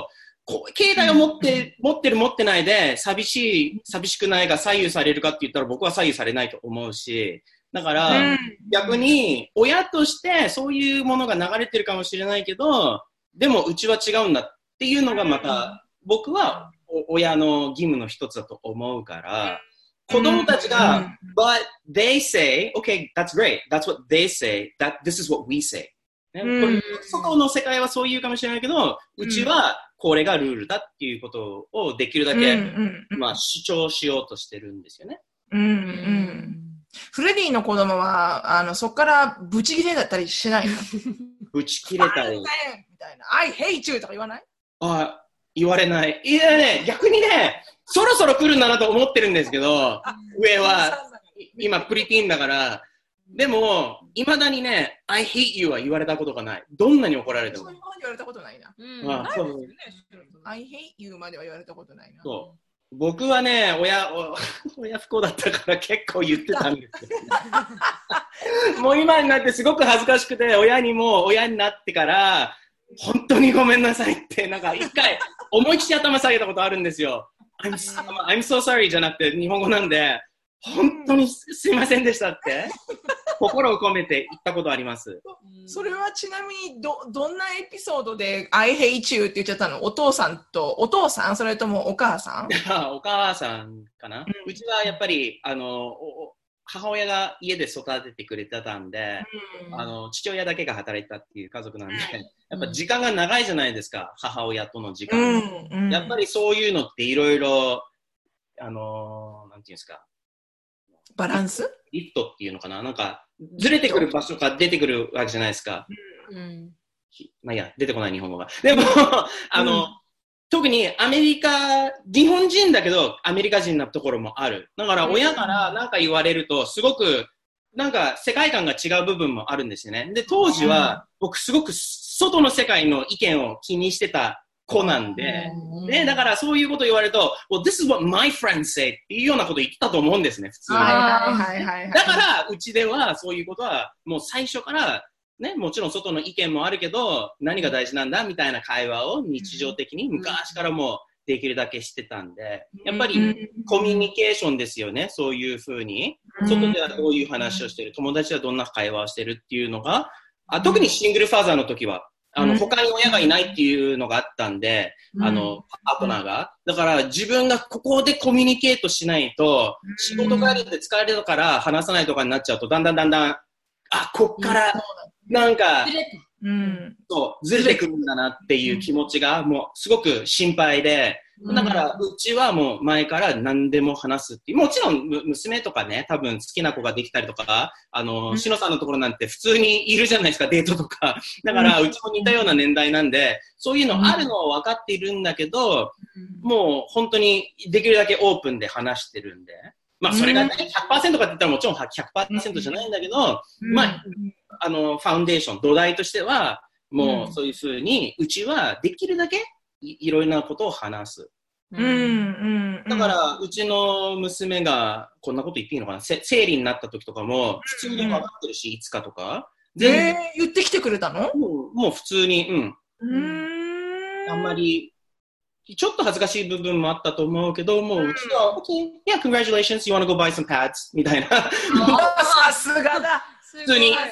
携帯を持ってる持ってないで、寂しくないが左右されるかって言ったら僕は左右されないと思うし、だから、逆に親としてそういうものが流れてるかもしれないけど、でもうちは違うんだっていうのがまた、僕は親の義務の一つだと思うから、子供たちが、but they say, okay, that's great. That's what they say. This is what we say. ね、外の世界はそう言うかもしれないけど、うちはこれがルールだっていうことをできるだけ、まあ、主張しようとしてるんですよね。 フレディの子供は、そこからブチ切れだったりしないの？ ブチ切れたり。みたいな。I hate you とか言わない？ 言われない。いやね、逆にね、そろそろ来るんだなと思ってるんですけど、上は、今プリティーンだから、でも、未だにね、I hate you は言われたことがない。どんなに怒られても。 そう言われたことないな。I hate you までは言われたことないな。 そう。僕はね、親不幸だったから結構言ってたんですよ。もう今になってすごく恥ずかしくて、親になってから、本当にごめんなさいって、なんか一回思いっきり頭下げたことあるんですよ。I'm so sorry じゃなくて日本語なんで、本当にすいませんでしたって心を込めて言ったことあります。 それはちなみにどんなエピソードで I hate you って言っちゃったの？お父さんそれともお母さん？ お母さんかな、うちはやっぱり母親が家で育ててくれてたんで、父親だけが働いたっていう家族なんで、やっぱ時間が長いじゃないですか、母親との時間。やっぱりそういうのっていろいろ、なんていうんですか、 バランス？ リフトっていうのかな、なんか、ずれてくる場所が出てくるわけじゃないですか。まあいや、出てこない日本語が。でも、特に日本人だけどアメリカ人なところもある。だから親から何か言われるとすごくなんか世界観が違う部分もあるんですよね。で、当時は僕すごく外の世界の意見を気にしてた子なんで、だからそういうこと言われると、well, this is what my friends say っていうようなこと言ってたと思うんですね、普通に。だからうちではそういうことはもう最初からね、もちろん外の意見もあるけど、何が大事なんだみたいな会話を日常的に昔からもできるだけしてたんで、やっぱりコミュニケーションですよね、そういうふうに。外ではどういう話をしてる、友達はどんな会話をしてるっていうのが、特にシングルファーザーの時は、他に親がいないっていうのがあったんで、パートナーが。だから自分がここでコミュニケートしないと、仕事帰りで疲れるから話さないとかになっちゃうと、だんだん、こっから、なんか、ずれてくるんだなっていう気持ちがもうすごく心配で、だからうちはもう前から何でも話すっていう、もちろん娘とかね、多分好きな子ができたりとか、しのさんのところなんて普通にいるじゃないですか、デートとか。だからうちも似たような年代なんで、そういうのあるのは分かっているんだけど、もう本当にできるだけオープンで話してるんで。まあそれが、ね、100% かって言ったらもちろん 100% じゃないんだけど、まあ、ファウンデーション、土台としては、もうそういうふうに、うちはできるだけいろいろなことを話す。だから、うちの娘が、こんなこと言っていいのかな、生理になった時とかも、普通に分かってるし、いつかとか。 言ってきてくれたの？ もう普通に、あんまり、ちょっと恥ずかしい部分もあったと思うけど、もううちは、okay, yeah, congratulations, you wanna go buy some pads? みたいな。 さすがだ。 普通に。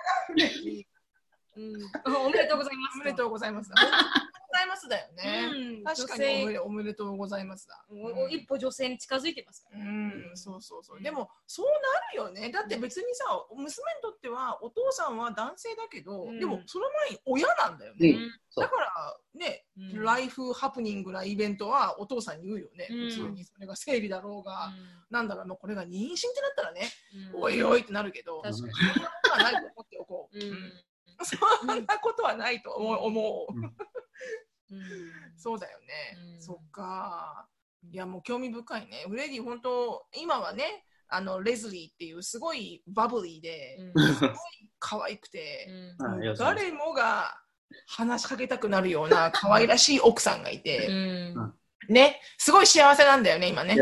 おめでとうございます。 おめでとうございます。ございますだよね。確かにおめでとうございますだ。 一歩女性に近づいてますから。 そう。でもそうなるよね。だって別にさ、娘にとってはお父さんは男性だけど、でもその前に親なんだよね。だからね、ライフハプニングなイベントはお父さんに言うよね。普通にそれが生理だろうが、なんだろう、もうこれが妊娠ってなったらね、おいおいってなるけど、そんなことはないと思っておこう。そんなことはないと思う。そうだよね。そっか。いやもう興味深いね。フレディ本当今はね、レズリーっていうすごいバブリーで、すごい可愛くて、誰もが話しかけたくなるような可愛らしい奥さんがいて、ね、すごい幸せなんだよね今ね。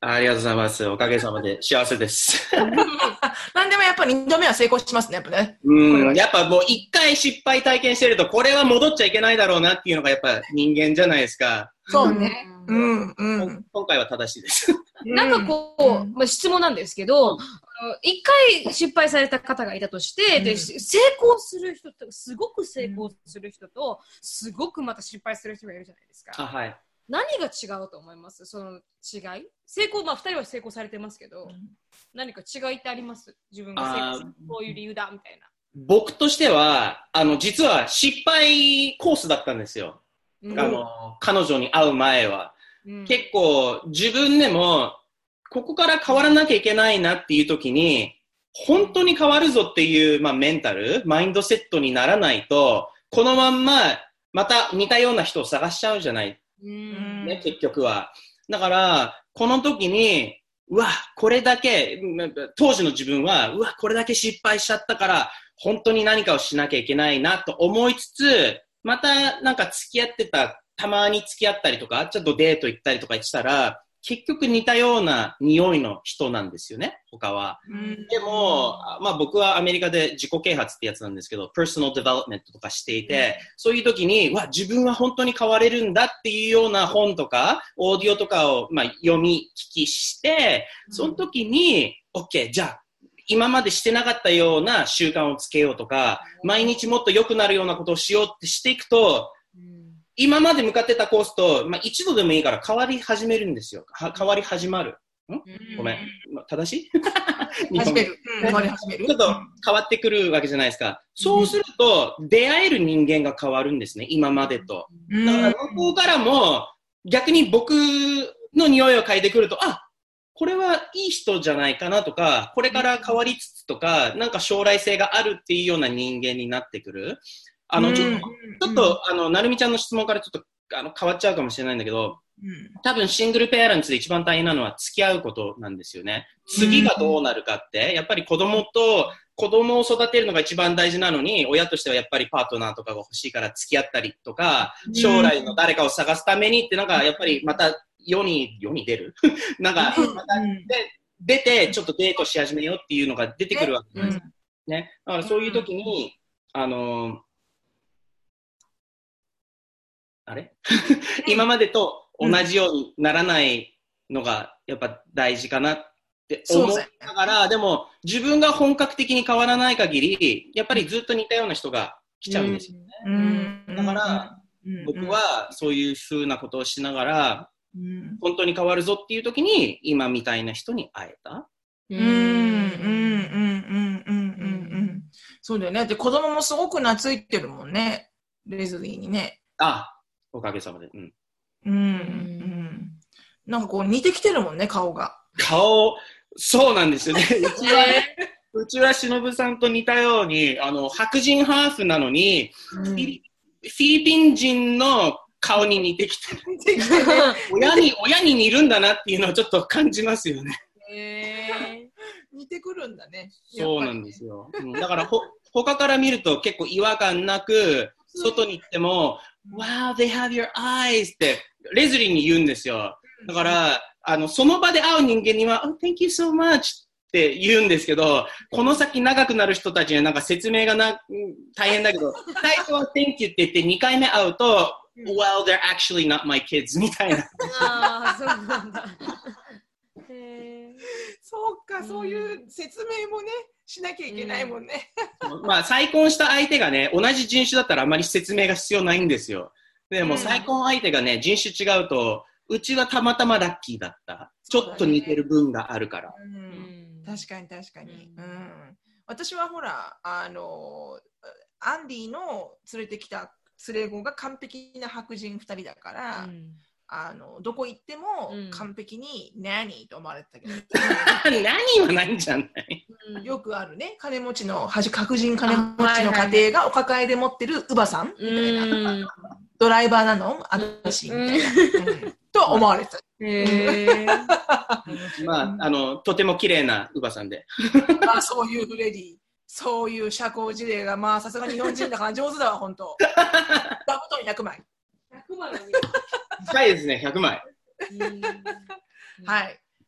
ありがとうございます。おかげさまで幸せです。 なんでもやっぱ2度目は成功しますね、やっぱね。 やっぱもう1回失敗体験してると、これは戻っちゃいけないだろうなっていうのがやっぱ人間じゃないですか。 そうね。 今回は正しいです。 なんかこう、まあ、質問なんですけど、一回失敗された方がいたとして、で、成功する人と、すごく成功する人と、すごくまた失敗する人がいるじゃないですか。 はい。 何が違うと思います？その違い？成功、まあ、2人は成功されてますけど、何か違いってあります？自分が成功する、こういう理由だみたいな。僕としては、実は失敗コースだったんですよ。彼女に会う前は。結構自分でも、ここから変わらなきゃいけないなっていう時に、本当に変わるぞっていう、まあ、メンタル、マインドセットにならないと、このまんま、また似たような人を探しちゃうじゃない。ね、結局は。だから、この時に、うわ、これだけ、当時の自分は、うわ、これだけ失敗しちゃったから、本当に何かをしなきゃいけないなと思いつつ、またなんか付き合ってた、たまに付き合ったりとか、ちょっとデート行ったりとかしたら、結局似たような匂いの人なんですよね、他は。でも、まあ僕はアメリカで自己啓発ってやつなんですけど、パーソナルデベロップメントとかしていて、そういう時に、自分は本当に変われるんだっていうような本とか、オーディオとかを、まあ、読み聞きして、その時に、OK、じゃあ、今までしてなかったような習慣をつけようとか、毎日もっと良くなるようなことをしようってしていくと、今まで向かってたコースと、まあ、一度でもいいから変わり始めるんですよ。変わり始まる。ごめん。正しい始める。変わり始める。 ちょっと変わってくるわけじゃないですか。そうすると、出会える人間が変わるんですね。今までと。だから、向こうからも、逆に僕の匂いを嗅いでくると、あ、これはいい人じゃないかなとか、これから変わりつつとか、なんか将来性があるっていうような人間になってくる。ちょっと、なるみちゃんの質問からちょっと変わっちゃうかもしれないんだけど、多分シングルペアレンツで一番大変なのは付き合うことなんですよね。次がどうなるかって、やっぱり子供を育てるのが一番大事なのに、親としてはやっぱりパートナーとかが欲しいから付き合ったりとか、将来の誰かを探すためにってなんかやっぱりまた世に出るなんか、また出てちょっとデートし始めようっていうのが出てくるわけですね。だからそういう時に、あれ今までと同じようにならないのがやっぱ大事かなって思いながら、でも自分が本格的に変わらない限り、やっぱりずっと似たような人が来ちゃうんですよね。だから、僕はそういう風なことをしながら、本当に変わるぞっていう時に、今みたいな人に会えた。 そうだよね。で、子供もすごく懐いてるもんね。レズリーにね。 おかげさまで。 なんかこう似てきてるもんね、顔が。 そうなんですよね。うちは忍さんと似たように、白人ハーフなのに、フィリピン人の顔に似てきてる。親に似るんだなっていうのをちょっと感じますよね。 似てくるんだね。 そうなんですよ。だから他から見ると結構違和感なく、外に行っても、Wow, they have your eyes ってレズリーに言うんですよ。だから、その場で会う人間には、Oh, thank you so much って言うんですけど、この先長くなる人たちにはなんか説明が大変だけど、最初は Thank you って言って2回目会うと、Well, they're actually not my kids みたいな。 そうなんだ。 そうか、そういう説明もね、しなきゃいけないもんね。 まあ、再婚した相手がね、同じ人種だったらあまり説明が必要ないんですよ。でも、再婚相手がね、人種違うと、うちはたまたまラッキーだった。ちょっと似てる分があるから。 確かに確かに。私はほら、アンディの連れてきた連れ子が完璧な白人2人だから、どこ行っても完璧にナニーと思われてたけど、 ナニーはないんじゃない？ よくあるね、白人金持ちの家庭がお抱えで持ってるウバさんみたいな、ドライバーなの私みたいな、と思われてた。 まあ、とても綺麗なウバさんで。 そういうフレディ、そういう社交辞令が、まあさすがに日本人だから上手だわ、本当。座布団100枚。 100枚は近いですね、100枚。 はい。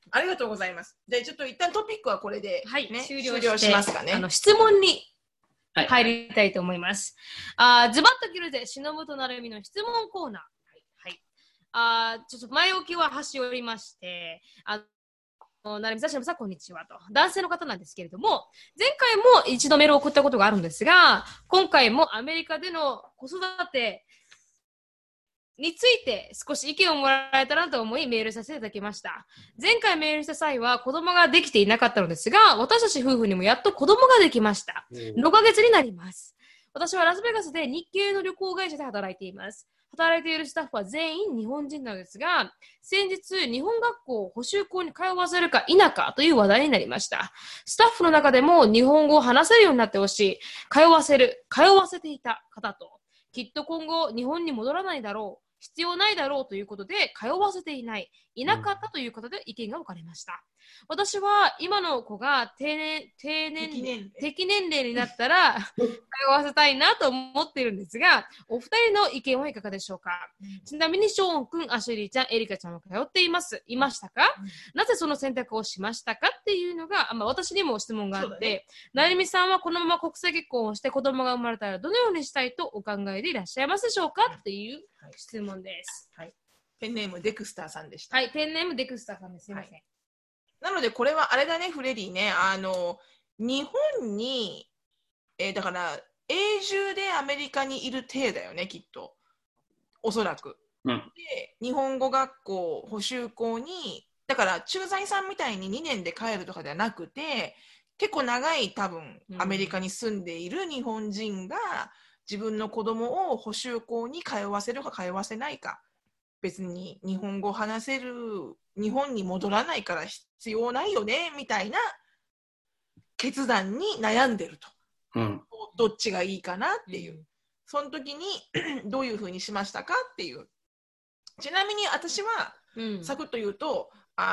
ありがとうございます。で、ちょっと一旦トピックはこれで、ね、 はい、 終了しますかね。 質問に入りたいと思います。ズバッと切るぜ、忍となるみの質問コーナー。はい。ちょっと前置きは端折りまして、なるみさん、しのぶさん、こんにちはと。男性の方なんですけれども、前回も一度メールを送ったことがあるんですが、今回もアメリカでの子育てについて少し意見をもらえたらと思いメールさせていただきました。前回メールした際は子供ができていなかったのですが、私たち夫婦にもやっと子供ができました。6ヶ月になります。私はラスベガスで日系の旅行会社で働いています。働いているスタッフは全員日本人なのですが、先日、日本学校補習校に通わせるか否かという話題になりました。スタッフの中でも日本語を話せるようになってほしい、通わせていた方と、きっと今後日本に戻らないだろう、必要ないだろうということで通わせていない、いなかったということで意見が分かれました。私は今の子が適年齢になったら通わせたいなと思っているんですが、お二人の意見はいかがでしょうか。ちなみにショーン君、アシュリーちゃん、エリカちゃんは通っていましたか、なぜその選択をしましたかっていうのが、私にも質問があって、なるみさんはこのまま国際結婚をして子供が生まれたらどのようにしたいとお考えでいらっしゃいますでしょうかっていう質問です。 はい。ペンネームデクスターさんでした。 はい、ペンネームデクスターさんです。すいません。はい、 なのでこれはあれだね、フレディね、日本に、だから永住でアメリカにいる体だよね、きっと。おそらく。で、日本語学校、補習校に、だから駐在さんみたいに2年で帰るとかではなくて、結構長い多分アメリカに住んでいる日本人が自分の子供を補習校に通わせるか通わせないか。別に日本語話せる日本に戻らないから必要ないよねみたいな決断に悩んでると、どっちがいいかなっていう、その時にどういうふうにしましたかっていう。ちなみに私は、サクッと言うと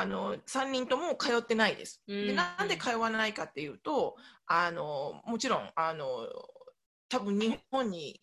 3人とも通ってないです。で、なんで通わないかっていうともちろん多分日本に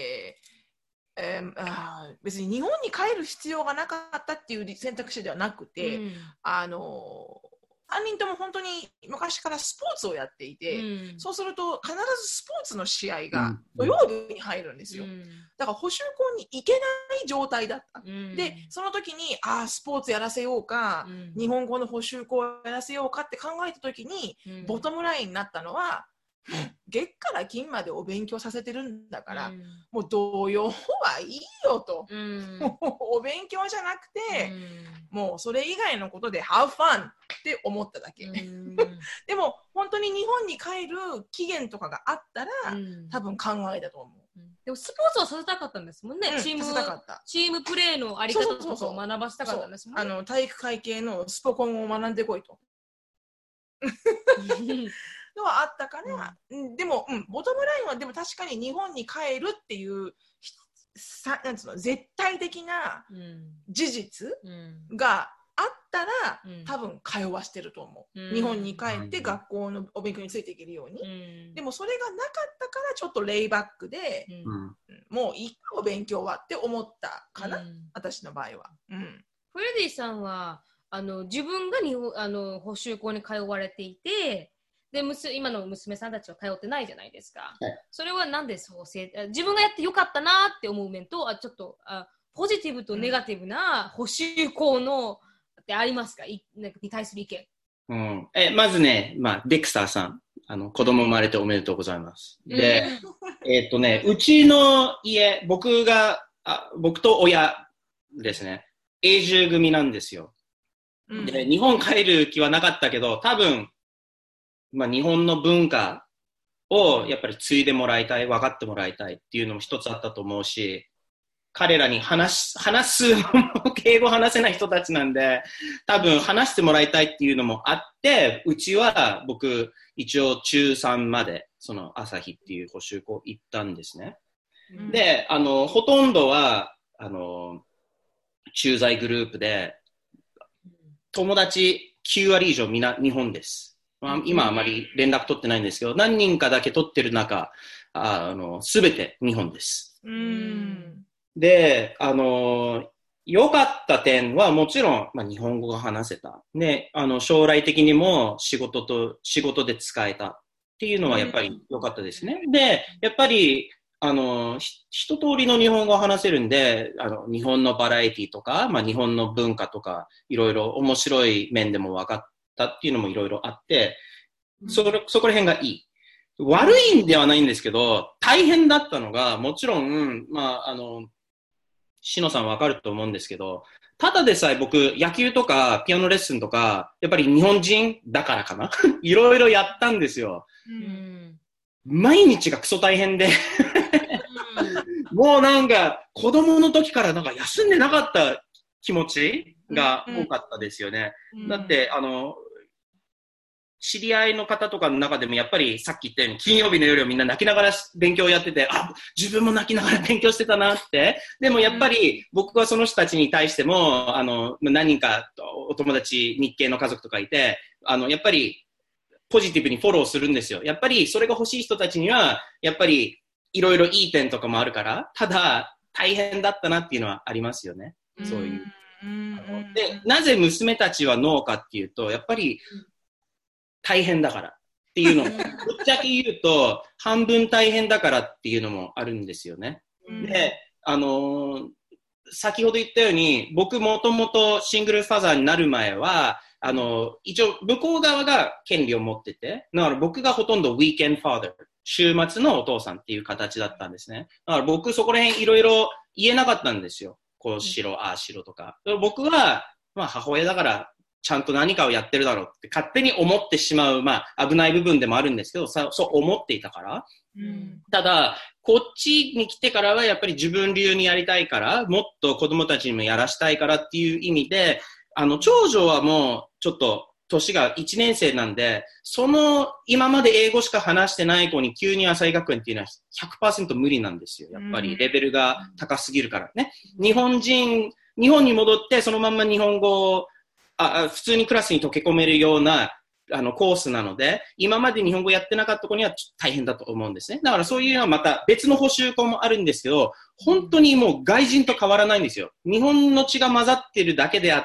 別に日本に帰る必要がなかったっていう選択肢ではなくて、3人とも本当に昔からスポーツをやっていて、そうすると必ずスポーツの試合が土曜日に入るんですよ。だから補習校に行けない状態だった。で、その時にスポーツやらせようか、日本語の補習校やらせようかって考えた時に、ボトムラインになったのは月から金までお勉強させてるんだから、もう童謡はいいよと、お勉強じゃなくて、もうそれ以外のことで Have fun って思っただけ。でも本当に日本に帰る期限とかがあったら、多分考えだと思う。 でもスポーツをさせたかったんですもんね。チームプレーのあり方とかを学ばせたかったんですもんね。 体育会系のスポコンを学んでこいと。のはあったから、でも、ボトムラインはでも確かに日本に帰るっていうなんつうの絶対的な事実があったら、多分通わしてると思う、日本に帰って学校のお勉強についていけるように、でもそれがなかったからちょっとレイバックで、もういいお勉強はって思ったかな、私の場合は。 フレディさんは自分が補習校に通われていて、で今の娘さんたちは通ってないじゃないですか、それはなんで自分がやってよかったなって思う面と、ちょっとポジティブとネガティブな補習校のってありますか、に対する意見。 まずね、デクスターさん、子供生まれておめでとうございます。で、うちの家、僕と親ですね、永住組なんですよ。で、日本帰る気はなかったけど、多分、日本の文化をやっぱり継いでもらいたい、分かってもらいたいっていうのも一つあったと思うし、彼らに話す敬語話せない人たちなんで、多分話してもらいたいっていうのもあって、うちは僕一応中3までその朝日っていう補習校行ったんですね。で、ほとんどは駐在グループで友達9割以上みんな日本です。今あまり連絡取ってないんですけど、何人かだけ取ってる中、すべて日本です。で、 良かった点はもちろん、まあ、日本語が話せた。ね、将来的にも仕事で使えたっていうのはやっぱり良かったですね。で、やっぱり、一通りの日本語を話せるんで、日本のバラエティとか、まあ、日本の文化とか、いろいろ面白い面でも分かったっていうのもいろいろあって、そこら辺がいい。悪いんではないんですけど、大変だったのが、もちろん、まあ、しのさんわかると思うんですけど、ただでさえ僕、野球とかピアノレッスンとか、やっぱり日本人だからかないろいろやったんですよ。毎日がクソ大変でもうなんか、子供の時からなんか休んでなかった気持ちが多かったですよね。だって、知り合いの方とかの中でもやっぱりさっき言ったように金曜日の夜をみんな泣きながら勉強をやってて、あ、自分も泣きながら勉強してたなって。でもやっぱり僕はその人たちに対しても、何人かお友達、日系の家族とかいて、やっぱりポジティブにフォローするんですよ。やっぱりそれが欲しい人たちには、やっぱりいろいろいい点とかもあるから、ただ大変だったなっていうのはありますよね。そういう。で、なぜ娘たちはノーかっていうと、やっぱり、大変だからっていうのも、ぶっちゃけ言うと、半分大変だからっていうのもあるんですよね。で、先ほど言ったように、僕もともとシングルファザーになる前は、一応向こう側が権利を持ってて、だから僕がほとんどウィーケンドファーザー、週末のお父さんっていう形だったんですね。だから僕そこら辺いろいろ言えなかったんですよ。こうしろ、ああしろとか。僕は、まあ母親だから、ちゃんと何かをやってるだろうって勝手に思ってしまう、まあ危ない部分でもあるんですけど、そう思っていたから。ただ、こっちに来てからはやっぱり自分流にやりたいから、もっと子供たちにもやらしたいからっていう意味で、長女はもうちょっと年が1年生なんで、今まで英語しか話してない子に急に浅井学園っていうのは 100% 無理なんですよ。やっぱりレベルが高すぎるからね。日本に戻ってそのまんま日本語を普通にクラスに溶け込めるようなコースなので、今まで日本語やってなかった子には大変だと思うんですね。だからそういうのはまた別の補習校もあるんですけど、本当にもう外人と変わらないんですよ。日本の血が混ざってるだけであって、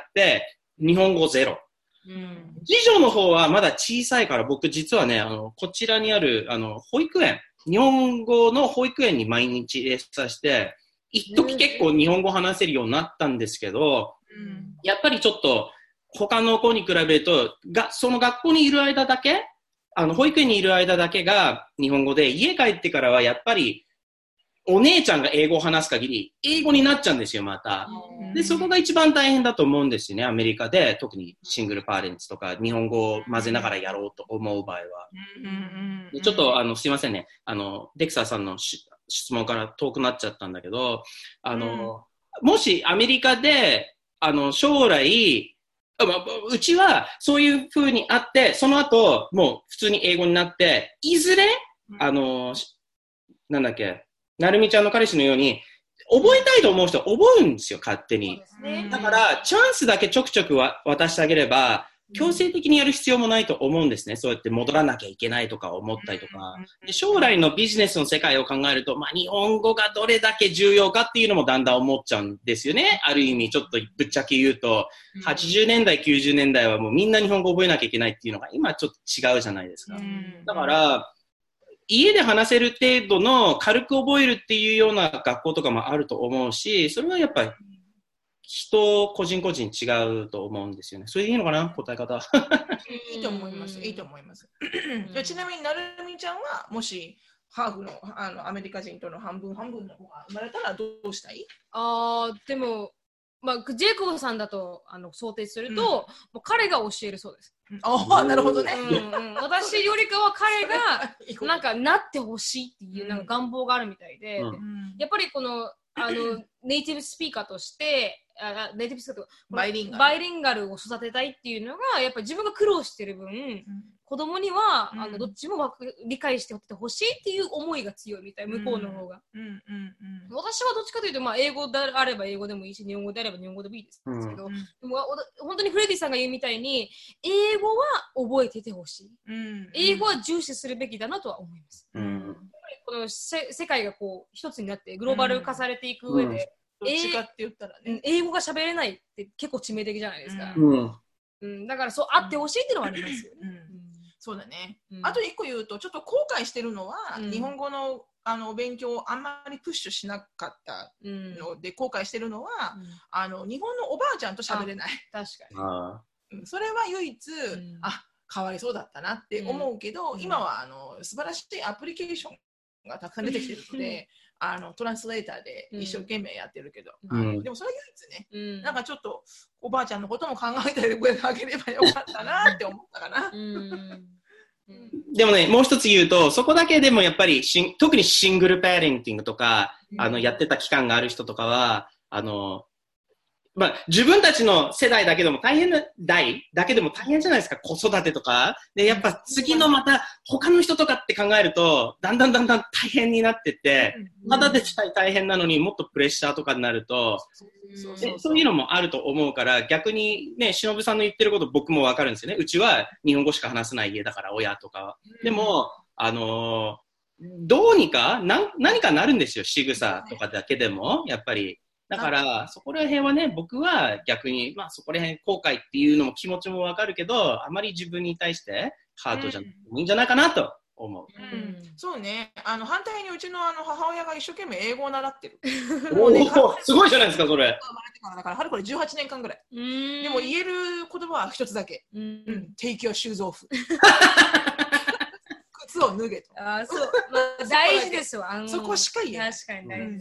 日本語ゼロ。次女の方はまだ小さいから、僕実はね、こちらにある、保育園、日本語の保育園に毎日入れさせて、一時結構日本語話せるようになったんですけど、やっぱりちょっと、他の子に比べると、その学校にいる間だけ、保育園にいる間だけが日本語で、家帰ってからはやっぱり、お姉ちゃんが英語を話す限り、英語になっちゃうんですよ、また。で、そこが一番大変だと思うんですよね、アメリカで、特にシングルパーレンツとか、日本語を混ぜながらやろうと思う場合は。でちょっと、すいませんね、デクサーさんの質問から遠くなっちゃったんだけど、もしアメリカで、将来、うちはそういう風にあって、その後、もう普通に英語になって、いずれ、なんだっけ、なるみちゃんの彼氏のように、覚えたいと思う人は覚えるんですよ、勝手に。だから、チャンスだけちょくちょく渡してあげれば、強制的にやる必要もないと思うんですね。そうやって戻らなきゃいけないとか思ったりとか。で将来のビジネスの世界を考えると、まあ、日本語がどれだけ重要かっていうのもだんだん思っちゃうんですよね。ある意味、ちょっとぶっちゃけ言うと、80年代、90年代はもうみんな日本語覚えなきゃいけないっていうのが今ちょっと違うじゃないですか。だから、家で話せる程度の軽く覚えるっていうような学校とかもあると思うし、それはやっぱり個人個人違うと思うんですよね。それでいいのかな、答え方。 いいと思います。いいと思います。ちなみになるみちゃんはもしハーフのアメリカ人との半分の子が生まれたらどうしたい？ でも、まあ、ジェイコブさんだと想定すると、もう彼が教えるそうです。 なるほどね。 私よりかは彼がなんかなってほしいっていうなんか願望があるみたいで、やっぱりこのネイティブスピーカーとしてネイティブスピーカーとバイリンガルを育てたいっていうのがやっぱり自分が苦労してる分、子供にはどっちも理解してほしいっていう思いが強いみたい、向こうの方が。私はどっちかというと、まあ、英語であれば英語でもいいし、日本語であれば日本語でもいいですけど、でも本当にフレディさんが言うみたいに英語は覚えててほしい、英語は重視するべきだなとは思います。この世界がこう一つになってグローバル化されていく上で、 どっちかって言ったらね。 英語が喋れないって結構致命的じゃないですか。だからそうあってほしいっていうのはありますよね。 そうだね。あと一個言うと、ちょっと後悔してるのは、日本語の勉強をあんまりプッシュしなかったので、後悔してるのは、日本のおばあちゃんと喋れない。 確かに。それは唯一、かわいそうだったなって思うけど、今は素晴らしいアプリケーションがたくさん出てきてるので、トランスレーターで一生懸命やってるけど、でもそれは唯一ね、なんかちょっとおばあちゃんのことも考えてあげればよかったなって思ったかな。 でもね、もう一つ言うと、そこだけでもやっぱり特にシングルペアレンティングとか、やってた期間がある人とかは、まあ、自分たちの世代だけでも大変な、代だけでも大変じゃないですか、子育てとか。で、やっぱ次のまた他の人とかって考えると、だんだん大変になってって、ただでさえ大変なのにもっとプレッシャーとかになると、そういうのもあると思うから、逆にね、忍さんの言ってること僕もわかるんですよね。うちは日本語しか話せない家だから、親とかは。でも、どうにか、何かなるんですよ、仕草とかだけでも、やっぱり。だから、そこら辺はね、僕は逆に、まあそこら辺後悔っていうのも気持ちもわかるけど、あまり自分に対してハートじゃないいいんじゃないかなと思う。 そうね。反対にうちの母親が一生懸命英語を習ってる。 おお、すごいじゃないですか、それ。 だから、はるこれ18年間ぐらい。でも言える言葉は一つだけ。Take your shoes off。靴を脱げと。 そう。大事ですわ。 そこしか言えない。 確かに大事。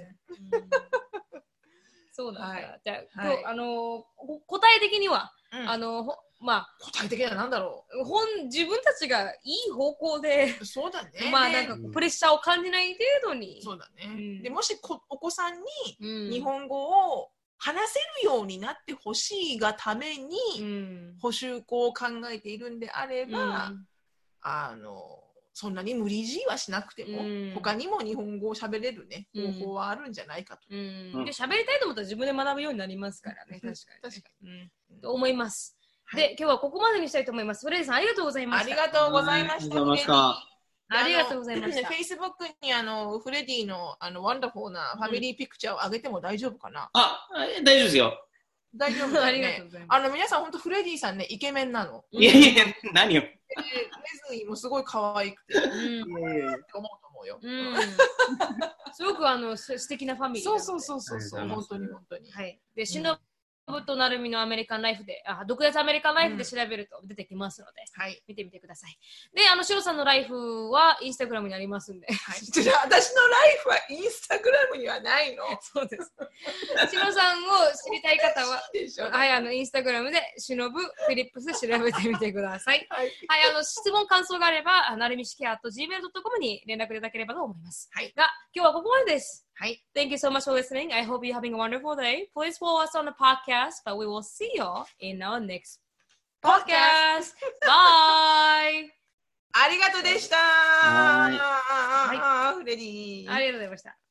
そうなんだ。じゃあ、答え的には、まあ、 答え的には何だろう。自分たちがいい方向で、 そうだね。 まあ、なんか、プレッシャーを感じない程度に。 そうだね。で、もしお子さんに日本語を話せるようになってほしいがために、補習校を考えているんであれば、そんなに無理強いはしなくても、他にも日本語を喋れるね、方法はあるんじゃないかと。 で、喋りたいと思ったら自分で学ぶようになりますからね、確かに。と思います。で、今日はここまでにしたいと思います。フレディさん、ありがとうございました。 ありがとうございました。 ありがとうございました。 Facebook にフレディのワンダフォーなファミリーピクチャーを上げても大丈夫かな？ 大丈夫ですよ。 大丈夫だよね。皆さん本当フレディさんね、イケメンなの。 いやいや、何よ。 レズリーもすごい可愛くて。思うと思うよ。 すごく素敵なファミリー。 そう。本当に。 はい。で、しのぶとなるみのアメリカンライフで、独立アメリカンライフで調べると出てきますので、見てみてください。で、しろさんのライフはインスタグラムにありますんで。 私のライフはインスタグラムにはないの。 そうです。しのさんを知りたい方は、インスタグラムでしのぶフィリップス調べてみてください。質問、感想があれば、なるみしき@gmail.com に連絡いただければと思います。が、今日はここまでです。Thank you so much for listening. I hope you're having a wonderful day. Please follow us on the podcast, but we will see you in our next podcast. Bye! ありがとうでした。フレディ。 ありがとうございました。